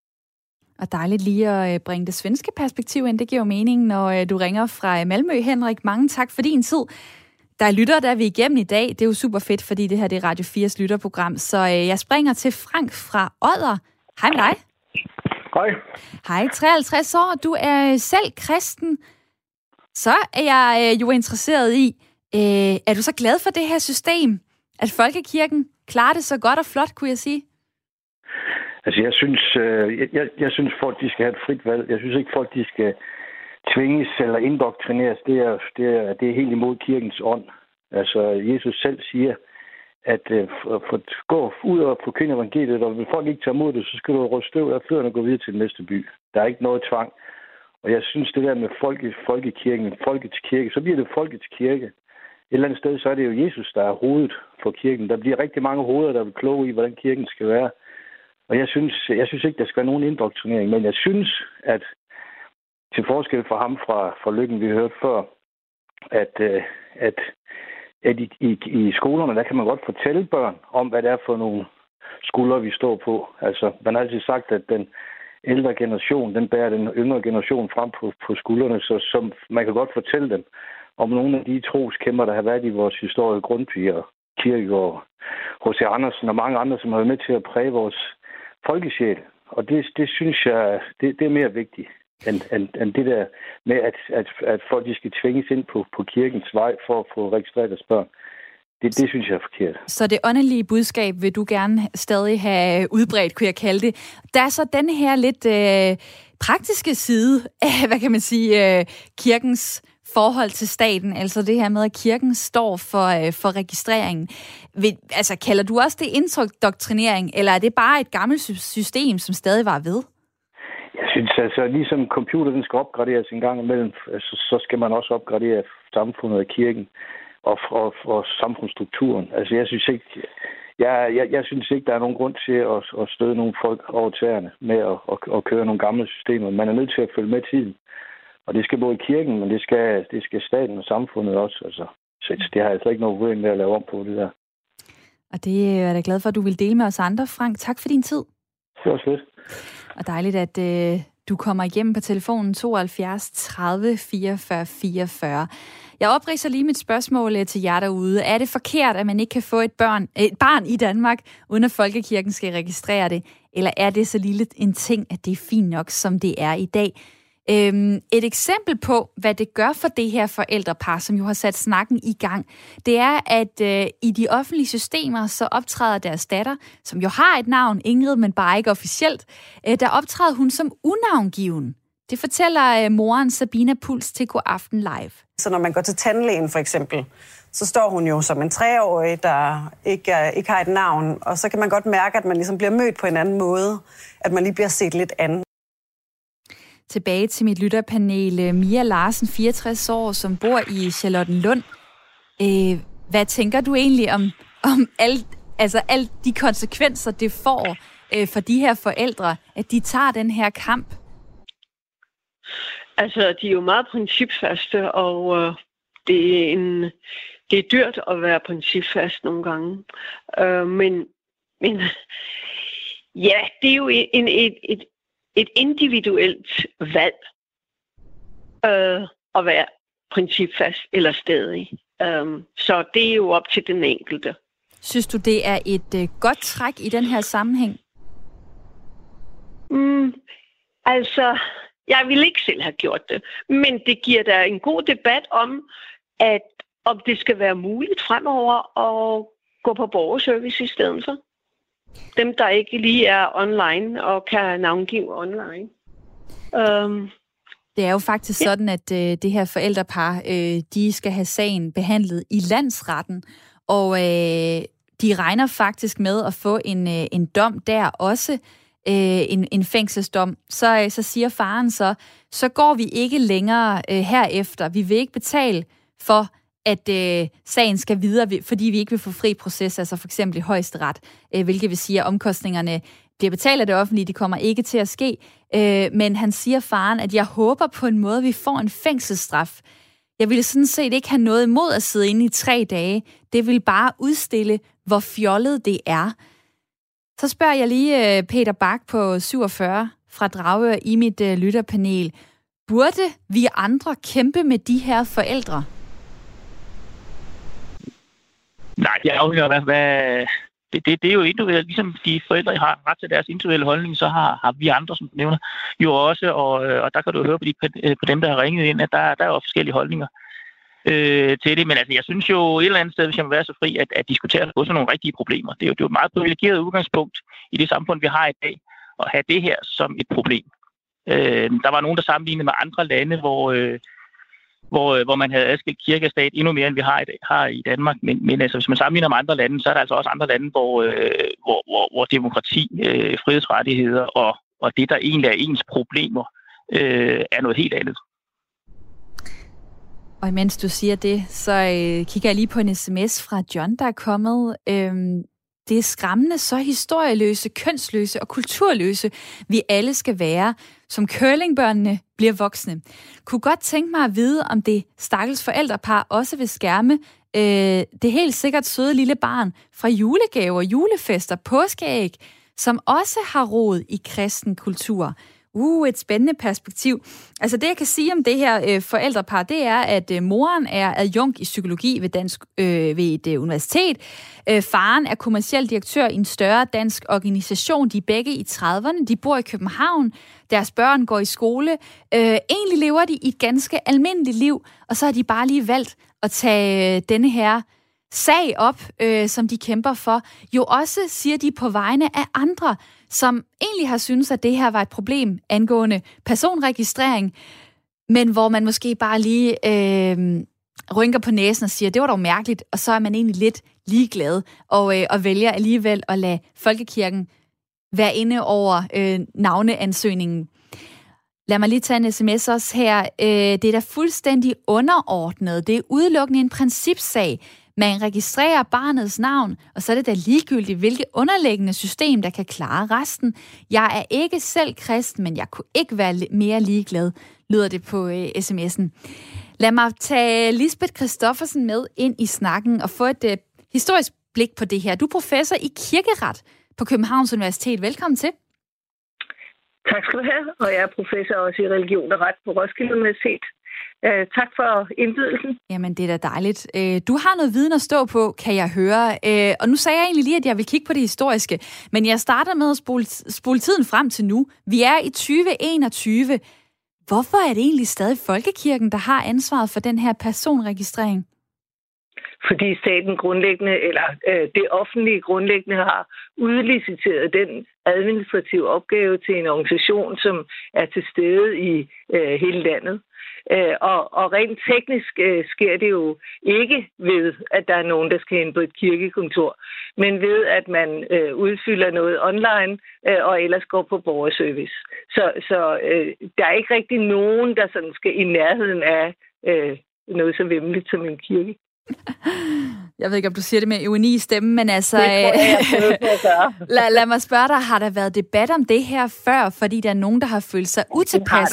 Og dejligt lige at bringe det svenske perspektiv ind. Det giver jo mening, når du ringer fra Malmø, Henrik. Mange tak for din tid. Der er lytter, der er vi igennem i dag. Det er jo super fedt, fordi det her det er Radio fires lytterprogram. Så jeg springer til Frank fra Odder. Hej med dig. Hej. Hej, treoghalvtreds år. Du er selv kristen. Så er jeg jo interesseret i, er du så glad for det her system? At Folkekirken klarer det så godt og flot, kunne jeg sige? Altså, jeg synes, øh, jeg, jeg synes, folk de skal have et frit valg. Jeg synes ikke, folk de skal tvinges eller indoktrineres. Det er, det er, det er helt imod kirkens ånd. Altså, Jesus selv siger, at øh, for, for at gå ud og forkynde evangeliet, og hvis folk ikke tager imod det, så skal du ryste støv af fødderne og gå videre til den næste by. Der er ikke noget tvang. Og jeg synes, det der med folke, folkekirken, folkets kirke, så bliver det folkets kirke. Et eller andet sted, så er det jo Jesus, der er hovedet for kirken. Der bliver rigtig mange hoveder, der vil kloge i, hvordan kirken skal være. Og jeg synes, jeg synes ikke, der skal være nogen indoktrinering, men jeg synes, at til forskel fra ham fra, fra Lykken, vi hørte før, at, at, at i, i, i skolerne, der kan man godt fortælle børn om, hvad det er for nogle skuldre, vi står på. Altså, man har altid sagt, at den ældre generation, den bærer den yngre generation frem på, på skuldrene, så, så man kan godt fortælle dem om nogle af de troskæmper, der har været i vores historie, Grundtvig og Kierkegaard, H C Andersen og mange andre, som har været med til at præge vores folkesjæl. Og det, det synes jeg, det, det er mere vigtigt, end, end, end det der med, at, at, at folk de skal tvinges ind på, på kirkens vej for at få registreret deres børn. Det, det synes jeg er forkert. Så det åndelige budskab vil du gerne stadig have udbredt, kunne jeg kalde det. Der er så den her lidt øh, praktiske side af, hvad kan man sige, øh, kirkens forhold til staten, altså det her med, at kirken står for, øh, for registreringen. Vil, altså, kalder du også det indoktrinering, eller er det bare et gammelt system, som stadig var ved? Jeg synes altså, ligesom computeren skal opgraderes en gang imellem, så, så skal man også opgradere samfundet og kirken og, og, og samfundsstrukturen. Altså, jeg synes ikke, jeg, jeg, jeg synes ikke, der er nogen grund til at, at støde nogle folk over tæerne med at, at, at køre nogle gamle systemer. Man er nødt til at følge med tiden. Og det skal både i kirken, men det skal, det skal staten og samfundet også. Altså, så det har jeg altså ikke noget problem med at lave om på det der. Og det er jeg da glad for, at du vil dele med os andre, Frank. Tak for din tid. Det var slet. Og dejligt, at øh, du kommer igennem på telefonen tooghalvfjerds tredive fireogfyrre fireogfyrre. Jeg opridser lige mit spørgsmål til jer derude. Er det forkert, at man ikke kan få et, børn, et barn i Danmark, uden at Folkekirken skal registrere det? Eller er det så lille en ting, at det er fint nok, som det er i dag? Øhm, et eksempel på, hvad det gør for det her forældrepar, som jo har sat snakken i gang, det er, at øh, i de offentlige systemer, så optræder deres datter, som jo har et navn, Ingrid, men bare ikke officielt, øh, der optræder hun som unavngiven. Det fortæller øh, moren Sabina Puls til God Aften Live. Så når man går til tandlægen for eksempel, så står hun jo som en treårig, der ikke, er, ikke har et navn, og så kan man godt mærke, at man ligesom bliver mødt på en anden måde, at man lige bliver set lidt an. Tilbage til mit lytterpanel. Mia Larsen, fireogtres år, som bor i Charlottenlund. Øh, hvad tænker du egentlig om, om alle altså al de konsekvenser, det får øh, for de her forældre, at de tager den her kamp? Altså, de er jo meget principfaste, og øh, det er en det er dyrt at være principfast nogle gange. Øh, men, men ja, det er jo en, et, et et individuelt valg øh, at være principfast eller stadig. Um, så det er jo op til den enkelte. Synes du, det er et øh, godt træk i den her sammenhæng? Mm, altså, jeg ville ikke selv have gjort det, men det giver da en god debat om, at om det skal være muligt fremover at gå på borgerservice i stedet for. Dem, der ikke lige er online og kan navngive online. Um, Det er jo faktisk ja. sådan, at øh, det her forældrepar, øh, de skal have sagen behandlet i landsretten, og øh, de regner faktisk med at få en, øh, en dom der også, øh, en, en fængselsdom. Så, øh, så siger faren så, så går vi ikke længere øh, herefter. Vi vil ikke betale for, at øh, sagen skal videre, fordi vi ikke vil få fri proces, altså for eksempel i højesteret, øh, hvilket vil sige, at omkostningerne bliver betalt af det offentlige, de kommer ikke til at ske. Øh, men han siger, faren, at jeg håber på en måde, vi får en fængselsstraf. Jeg ville sådan set ikke have noget imod at sidde inde i tre dage. Det vil bare udstille, hvor fjollet det er. Så spørger jeg lige Peter Bach på syvogfyrre fra Dragør i mit uh, lytterpanel. Burde vi andre kæmpe med de her forældre? Nej, det afhænger af, hvad... Det, det, det er jo individuelt, ligesom de forældre har ret til deres individuelle holdning, så har, har vi andre, som du nævner, jo også, og, og der kan du høre på, de, på dem, der har ringet ind, at der, der er jo forskellige holdninger øh, til det. Men altså, jeg synes jo et eller andet sted, hvis jeg må være så fri, at, at diskutere på sådan nogle rigtige problemer. Det er jo, det er jo et meget privilegeret udgangspunkt i det samfund, vi har i dag, at have det her som et problem. Øh, der var nogen, der sammenlignede med andre lande, hvor... Øh, Hvor, hvor man havde adskilt kirke og stat endnu mere, end vi har i, har i Danmark. Men, men altså, hvis man sammenligner med andre lande, så er der altså også andre lande, hvor, øh, hvor, hvor, hvor demokrati, øh, frihedsrettigheder og, og det, der egentlig er ens problemer, øh, er noget helt andet. Og imens du siger det, så øh, kigger jeg lige på en sms fra John, der er kommet. Øhm, det er skræmmende, så historieløse, kønsløse og kulturløse vi alle skal være, som curlingbørnene bliver voksne. Kunne godt tænke mig at vide, om det stakkels forældrepar også vil skærme øh, det helt sikkert søde lille barn fra julegaver, julefester, påskeæg, som også har rod i kristen kultur. Uh, et spændende perspektiv. Altså det, jeg kan sige om det her øh, forældrepar, det er, at øh, moren er adjunkt i psykologi ved, dansk, øh, ved et øh, universitet. Øh, faren er kommerciel direktør i en større dansk organisation. De er begge i trediverne. De bor i København. Deres børn går i skole. Øh, egentlig lever de i et ganske almindeligt liv, og så har de bare lige valgt at tage øh, denne her sag op, øh, som de kæmper for. Jo også, siger de, på vegne af andre, som egentlig har syntes, at det her var et problem angående personregistrering, men hvor man måske bare lige øh, rynker på næsen og siger, det var dog mærkeligt, og så er man egentlig lidt ligeglad, og, øh, og vælger alligevel at lade Folkekirken være inde over øh, navneansøgningen. Lad mig lige tage en sms også her. Øh, det er da fuldstændig underordnet. Det er udelukkende en principsag. Man registrerer barnets navn, og så er det da ligegyldigt, hvilket underliggende system, der kan klare resten. Jeg er ikke selv kristen, men jeg kunne ikke være mere ligeglad, lyder det på øh, sms'en. Lad mig tage Lisbeth Christoffersen med ind i snakken og få et øh, historisk blik på det her. Du er professor i kirkeret på Københavns Universitet. Velkommen til. Tak skal du have, og jeg er professor også i religion og ret på Roskilde Universitet. Uh, tak for indbydelsen. Jamen, det er da dejligt. Uh, du har noget viden at stå på, kan jeg høre. Uh, og nu sagde jeg egentlig lige, at jeg vil kigge på det historiske. Men jeg starter med at spole, spole tiden frem til nu. Vi er i tyve enogtyve. Hvorfor er det egentlig stadig Folkekirken, der har ansvaret for den her personregistrering? Fordi staten grundlæggende, eller øh, det offentlige grundlæggende har udliciteret den administrative opgave til en organisation, som er til stede i øh, hele landet. Øh, og, og rent teknisk øh, sker det jo ikke ved, at der er nogen, der skal ind på et kirkekontor, men ved, at man øh, udfylder noget online øh, og ellers går på borgerservice. Så, så øh, der er ikke rigtig nogen, der sådan skal i nærheden af øh, noget så vemmeligt som en kirke. Jeg ved ikke, om du siger det med ironi i stemmen, men altså... Det tror jeg, jeg lad, lad mig spørge dig, har der været debat om det her før, fordi der er nogen, der har følt sig utilpas?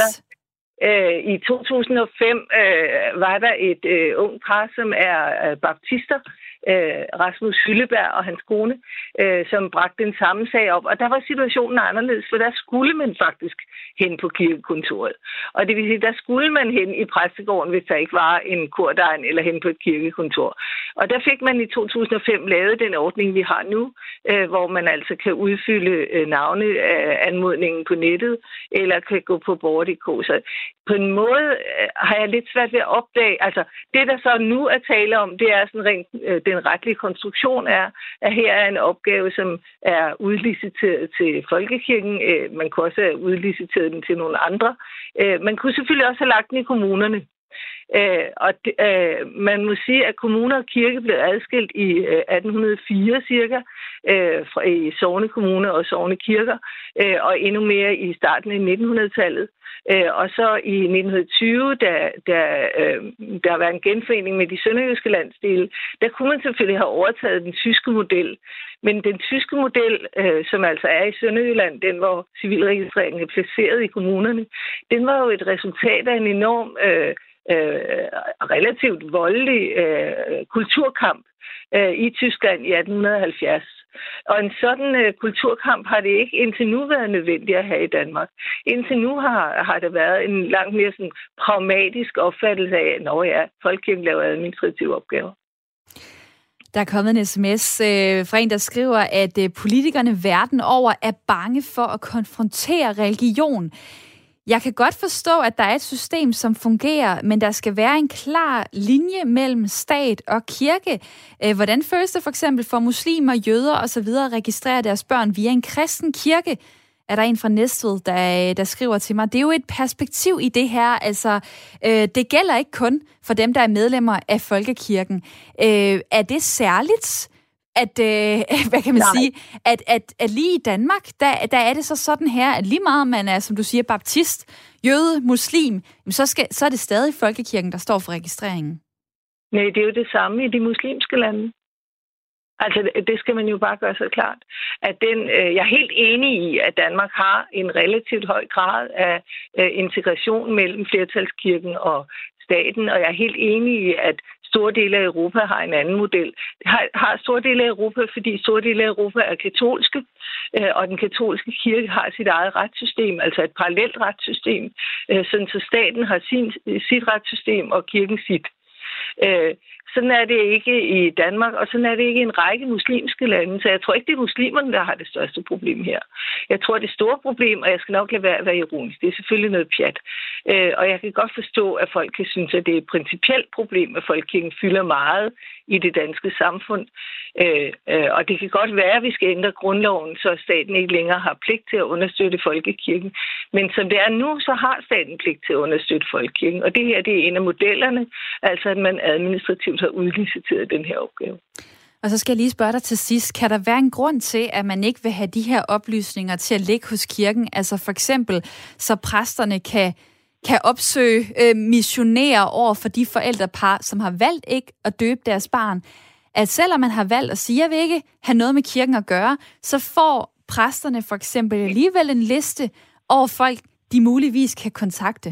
I to tusind og fem øh, var der et øh, ung par, som er øh, baptister, øh, Rasmus Hylleberg og hans kone, øh, som bragte den samme sag op. Og der var situationen anderledes, for der skulle man faktisk hen på kirkekontoret. Og det vil sige, der skulle man hen i præstegården, hvis der ikke var en kordegn eller hen på et kirkekontor. Og der fik man i to tusind og fem lavet den ordning, vi har nu, øh, hvor man altså kan udfylde øh, navne af anmodningen på nettet, eller kan gå på borger punktum d k. Så på en måde øh, har jeg lidt svært ved at opdage, altså det, der så nu er tale om, det er sådan rent, øh, den retlige konstruktion er, at her er en opgave, som er udliciteret til Folkekirken. Øh, man kunne også have udliciteret den til nogle andre. Øh, man kunne selvfølgelig også have lagt den i kommunerne. Øh, og det, øh, man må sige, at kommuner og kirke blev adskilt i øh, atten hundrede og fire cirka, øh, fra, i Sogne Kommune og Sogne Kirker, øh, og endnu mere i starten af nitten hundrede-tallet. Øh, og så i nitten tyve, da, da øh, der var en genforening med de sønderjyske landsdele, der kunne man selvfølgelig have overtaget den tyske model. Men den tyske model, øh, som altså er i Sønderjylland, den hvor civilregistreringen er placeret i kommunerne, den var jo et resultat af en enorm øh, øh, relativt voldelig øh, kulturkamp øh, i Tyskland i atten halvfjerds. Og en sådan øh, kulturkamp har det ikke indtil nu været nødvendigt at have i Danmark. Indtil nu har, har der været en langt mere sådan pragmatisk opfattelse af, at når ja, Folkekirken laver administrative opgaver. Der er kommet en sms øh, fra en, der skriver, at øh, politikerne verden over er bange for at konfrontere religion. Jeg kan godt forstå, at der er et system, som fungerer, men der skal være en klar linje mellem stat og kirke. Hvordan føles det for eksempel for muslimer, jøder osv. at registrere deres børn via en kristen kirke? Er der en fra Næstved, der, der skriver til mig. Det er jo et perspektiv i det her. Altså, øh, det gælder ikke kun for dem, der er medlemmer af Folkekirken. Øh, er det særligt? At, øh, hvad kan man Nej. sige, at, at, at lige i Danmark, der, der er det så sådan her, at lige meget man er, som du siger, baptist, jøde, muslim, så, skal, så er det stadig Folkekirken, der står for registreringen. Nej, det er jo det samme i de muslimske lande. Altså, det skal man jo bare gøre sig klart. At den, øh, jeg er helt enig i, at Danmark har en relativt høj grad af øh, integration mellem flertalskirken og staten, og jeg er helt enig i, at store dele af Europa har en anden model. Det har, har store dele af Europa, fordi store dele af Europa er katolske, øh, og den katolske kirke har sit eget retssystem, altså et parallelt retssystem, øh, sådan så staten har sin, sit retssystem og kirken sit. Øh, sådan er det ikke i Danmark, og sådan er det ikke i en række muslimske lande, så jeg tror ikke, det er muslimerne, der har det største problem her. Jeg tror, det store problem, og jeg skal nok lade være at være ironisk, det er selvfølgelig noget pjat. Øh, og jeg kan godt forstå, at folk kan synes, at det er et principielt problem, at folkekirken fylder meget i det danske samfund. Øh, øh, og det kan godt være, at vi skal ændre grundloven, så staten ikke længere har pligt til at understøtte folkekirken. Men som det er nu, så har staten pligt til at understøtte folkekirken. Og det her, det er en af modellerne, altså at man administrativt har udliciteret den her opgave. Og så skal jeg lige spørge dig til sidst, kan der være en grund til, at man ikke vil have de her oplysninger til at ligge hos kirken? Altså for eksempel, så præsterne kan, kan opsøge øh, missionærer over for de forældrepar, som har valgt ikke at døbe deres barn. At selvom man har valgt at sige, at jeg vil ikke have noget med kirken at gøre, så får præsterne for eksempel alligevel en liste over folk, de muligvis kan kontakte.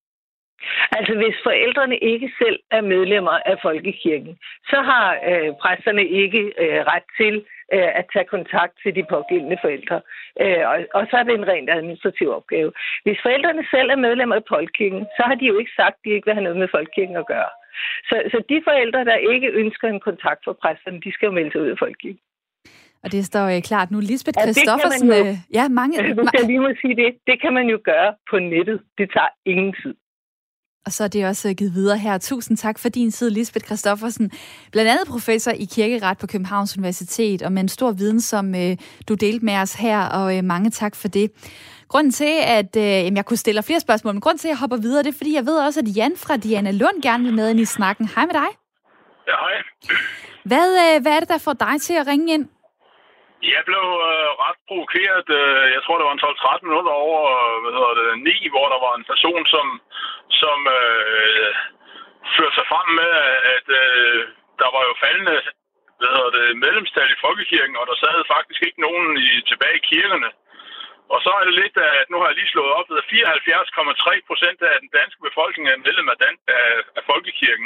Altså, hvis forældrene ikke selv er medlemmer af Folkekirken, så har øh, præsterne ikke øh, ret til øh, at tage kontakt til de pågældende forældre. Øh, og, og så er det en rent administrativ opgave. Hvis forældrene selv er medlemmer af Folkekirken, så har de jo ikke sagt, at de ikke vil have noget med Folkekirken at gøre. Så, så de forældre, der ikke ønsker en kontakt for præsterne, de skal jo melde sig ud af Folkekirken. Og det står øh, klart nu. Lisbeth ja, Christoffersen... Jo, øh, ja, mange... Hvis jeg lige må sige det, det kan man jo gøre på nettet. Det tager ingen tid. Og så er det også givet videre her. Tusind tak for din tid, Lisbeth Christoffersen. Blandt andet professor i kirkeret på Københavns Universitet, og med en stor viden, som øh, du delte med os her, og øh, mange tak for det. Grunden til, at øh, jamen, jeg kunne stille flere spørgsmål, men grunden til, at jeg hopper videre, det er, fordi jeg ved også, at Jan fra Diana Lund gerne vil med ind i snakken. Hej med dig. Ja, hej. Hvad, øh, hvad er det, der får dig til at ringe ind? Jeg blev øh, ret provokeret. Øh, jeg tror, det var en tolv tretten minutter over hvad hedder det, ni, hvor der var en person, som, som øh, førte sig frem med, at øh, der var jo faldende hvad hedder det, medlemstal i Folkekirken, og der sad faktisk ikke nogen i, tilbage i kirkerne. Og så er det lidt, at nu har jeg lige slået op, at fireoghalvfjerds komma tre procent af den danske befolkning er medlem af, Dan- af, af Folkekirken.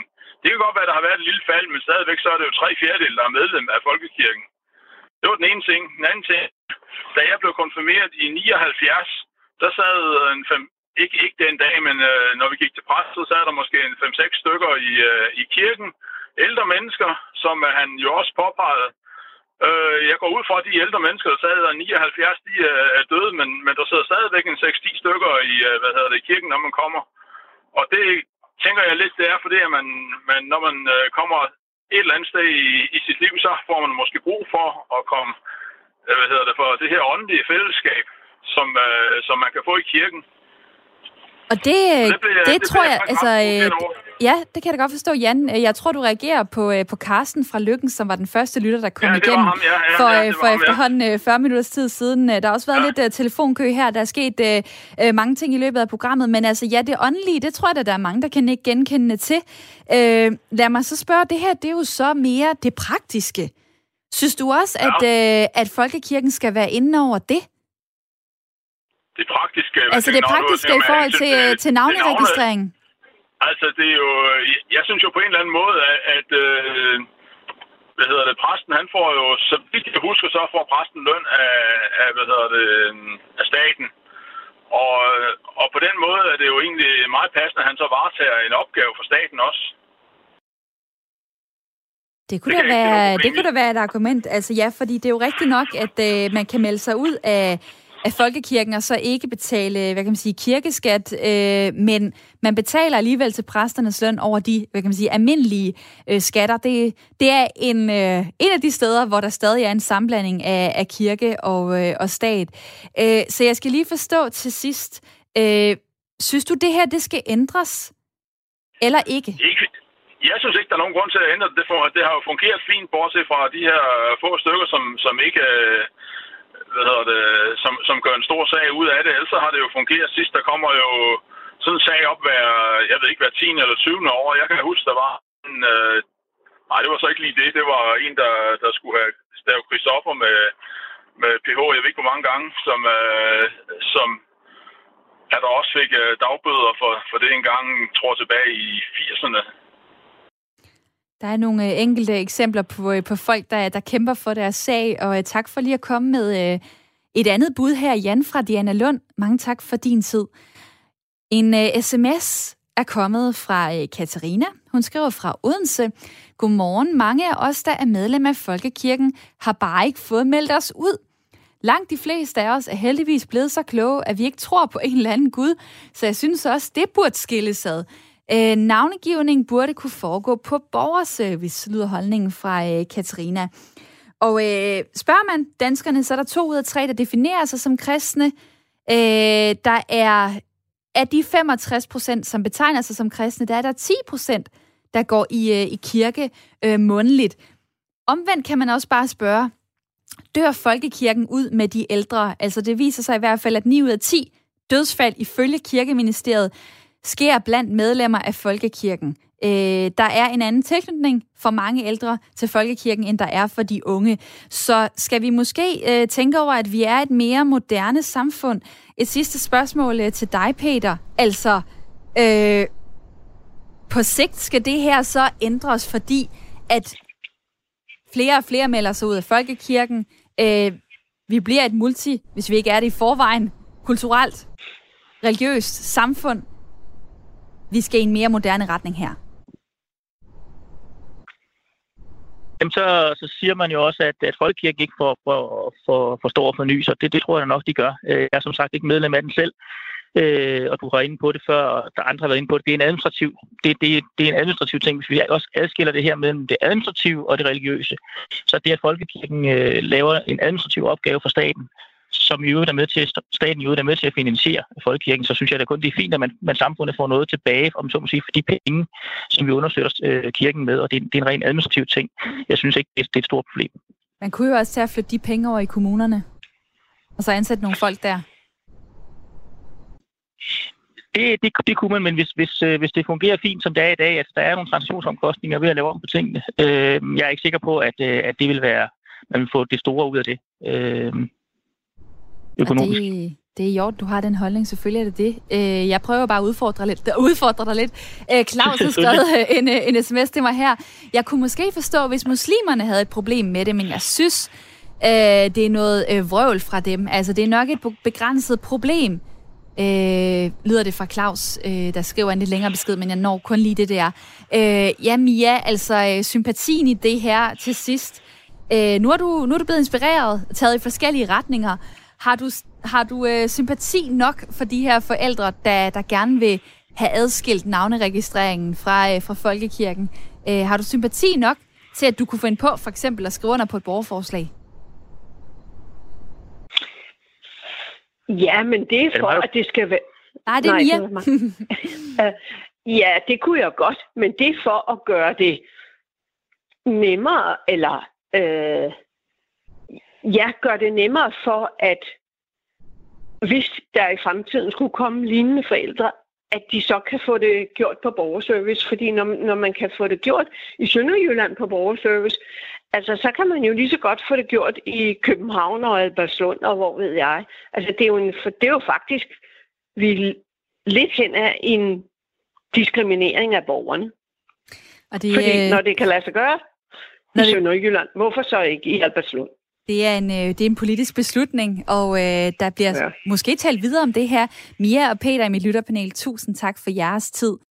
Det kan godt være, at der har været et lille fald, men stadigvæk så er det jo tre fjerdedel, der er medlem af Folkekirken. Det var den ene ting. Den anden ting, da jeg blev konfirmeret i nioghalvfjerds, der sad en fem, ikke, ikke den dag, men øh, når vi gik til præst, så sad der måske en fem seks stykker i, øh, i kirken. Ældre mennesker, som øh, han jo også påpegede. Øh, jeg går ud fra, at de ældre mennesker, der sad der nioghalvfjerds, de øh, er døde, men, men der sidder stadigvæk en seks ti stykker i, øh, hvad hedder det, i kirken, når man kommer. Og det tænker jeg lidt, det er fordi, at man, man, når man øh, kommer et eller andet sted i, i sit liv, så får man måske brug for at komme, øh, hvad hedder det, for det her åndelige fællesskab, som, øh, som man kan få i kirken. Og det, det, bliver, det, det tror jeg, altså, øh, ja, det kan jeg da godt forstå, Jan. Jeg tror, du reagerer på, på Carsten fra Lykken, som var den første lytter, der kom ja, igennem ham, ja, ja, for, ja, for ham, efterhånden ja. fyrre minutters tid siden. Der har også været ja. lidt uh, telefonkø her. Der er sket uh, mange ting i løbet af programmet, men altså, ja, det åndelige, det tror jeg, at der er mange, der kan ikke genkende til. Uh, lad mig så spørge, det her, det er jo så mere det praktiske. Synes du også, ja. at, uh, at Folkekirken skal være inde over det? Det praktiske... Altså det praktiske i forhold til, til, til navneregistrering? Altså det er jo... Jeg synes jo på en eller anden måde, at... at øh, hvad hedder det? Præsten, han får jo... Så vidt jeg husker, så får præsten løn af, af hvad hedder det, af staten. Og, og på den måde er det jo egentlig meget passende, at han så varetager en opgave for staten også. Det kunne, det, da være, det kunne da være et argument. Altså ja, fordi det er jo rigtigt nok, at øh, man kan melde sig ud af... af Folkekirken og så ikke betale, hvad kan man sige, kirkeskat, øh, men man betaler alligevel til præsternes løn over de, hvad kan man sige, almindelige øh, skatter. Det, det er en, øh, en af de steder, hvor der stadig er en sammenblanding af, af kirke og, øh, og stat. Øh, så jeg skal lige forstå til sidst, øh, synes du, det her, det skal ændres? Eller ikke? Ikke. Jeg synes ikke, der er nogen grund til at ændre det. For, det har jo fungeret fint, bortset fra de her få stykker, som, som ikke... Øh, hvad hedder det, som, som gør en stor sag ud af det. Ellers har det jo fungeret sidst. Der kommer jo sådan en sag op hver, jeg ved ikke, hver tiende eller tyvende år. Jeg kan huske, der var en... Øh, nej, det var så ikke lige det. Det var en, der, der skulle have stavet Christoffer med, med P H, jeg ved ikke hvor mange gange, som, øh, som at der også fik øh, dagbøder for, for det en gang, tror tilbage i firserne. Der er nogle øh, enkelte eksempler på, øh, på folk, der, der kæmper for deres sag, og øh, tak for lige at komme med øh, et andet bud her, Jan fra Diana Lund. Mange tak for din tid. En øh, sms er kommet fra øh, Katarina. Hun skriver fra Odense. Godmorgen. Mange af os, der er medlem af Folkekirken, har bare ikke fået meldt os ud. Langt de fleste af os er heldigvis blevet så kloge, at vi ikke tror på en eller anden Gud, så jeg synes også, det burde skilles ad. Øh, navnegivning burde kunne foregå på borgerservice, lyder holdningen fra øh, Katarina. Og øh, spørger man danskerne, så er der to ud af tre, der definerer sig som kristne. Øh, der er af de femogtres procent, som betegner sig som kristne, der er der ti procent, der går i, øh, i kirke øh, månedligt. Omvendt kan man også bare spørge, dør folkekirken ud med de ældre? Altså det viser sig i hvert fald, at ni ud af ti dødsfald ifølge Kirkeministeriet sker blandt medlemmer af Folkekirken. Øh, der er en anden tilknytning for mange ældre til Folkekirken, end der er for de unge. Så skal vi måske øh, tænke over, at vi er et mere moderne samfund? Et sidste spørgsmål øh, til dig, Peter. Altså, øh, på sigt skal det her så ændres, fordi at flere og flere melder sig ud af Folkekirken. Øh, vi bliver et multi, hvis vi ikke er det i forvejen, kulturelt, religiøst samfund. Vi skal i en mere moderne retning her. Jamen, så, så siger man jo også, at, at Folkekirken ikke får for, for, for stor forny, så det, det tror jeg nok, de gør. Jeg er som sagt ikke medlem af den selv, øh, og du har inde på det før, og der andre har været inde på det. Det er en administrativ, det, det, det er en administrativ ting, hvis vi også adskiller det her mellem det administrative og det religiøse. Så det, at Folkekirken øh, laver en administrativ opgave for staten, som i øvrigt er med til, staten i øvrigt er med til at finansiere Folkekirken, så synes jeg, at det kun det er fint, at man, man samfundet får noget tilbage, om så må sige, for de penge, som vi understøtter øh, kirken med, og det, det er en ren administrativ ting. Jeg synes ikke, det er, det er et stort problem. Man kunne jo også tage at flytte de penge over i kommunerne, og så ansætte nogle folk der. Det, det, det kunne man, men hvis, hvis, øh, hvis det fungerer fint, som det er i dag, at der er nogle transaktionsomkostninger ved at lave om på tingene, øh, jeg er ikke sikker på, at, øh, at det vil være, man vil få det store ud af det. Øh, økonomisk. Det, Det er i orden, du har den holdning, selvfølgelig er det det. Øh, jeg prøver bare at udfordre, lidt, udfordre dig lidt. Øh, Claus har skrevet en, en sms til mig her. Jeg kunne måske forstå, hvis muslimerne havde et problem med det, men jeg synes, øh, det er noget øh, vrøvl fra dem. Altså, det er nok et begrænset problem, øh, lyder det fra Claus, øh, der skriver en lidt længere besked, men jeg når kun lige det der. Øh, ja, Mia, altså øh, sympatien i det her til sidst. Øh, nu, er du, nu er du blevet inspireret, taget i forskellige retninger. Har du, har du øh, sympati nok for de her forældre, der, der gerne vil have adskilt navneregistreringen fra, øh, fra Folkekirken? Øh, har du sympati nok til, at du kunne finde på for eksempel at skrive under på et borgerforslag? Ja, men det er for, at det skal være... Nej, det er Mia. uh, ja, det kunne jeg godt, men det er for at gøre det nemmere, eller... Øh, ja, gør det nemmere for, at hvis der i fremtiden skulle komme lignende forældre, at de så kan få det gjort på borgerservice. Fordi når, når man kan få det gjort i Sønderjylland på borgerservice, altså så kan man jo lige så godt få det gjort i København og Albertslund og hvor ved jeg. Altså det er jo, en, det er jo faktisk vi lidt hen af en diskriminering af borgerne. Og det, fordi når det kan lade sig gøre i det... Sønderjylland, hvorfor så ikke i Albertslund? Det er en, det er en politisk beslutning, og øh, der bliver ja. måske talt videre om det her. Mia og Peter i mit lytterpanel, tusind tak for jeres tid.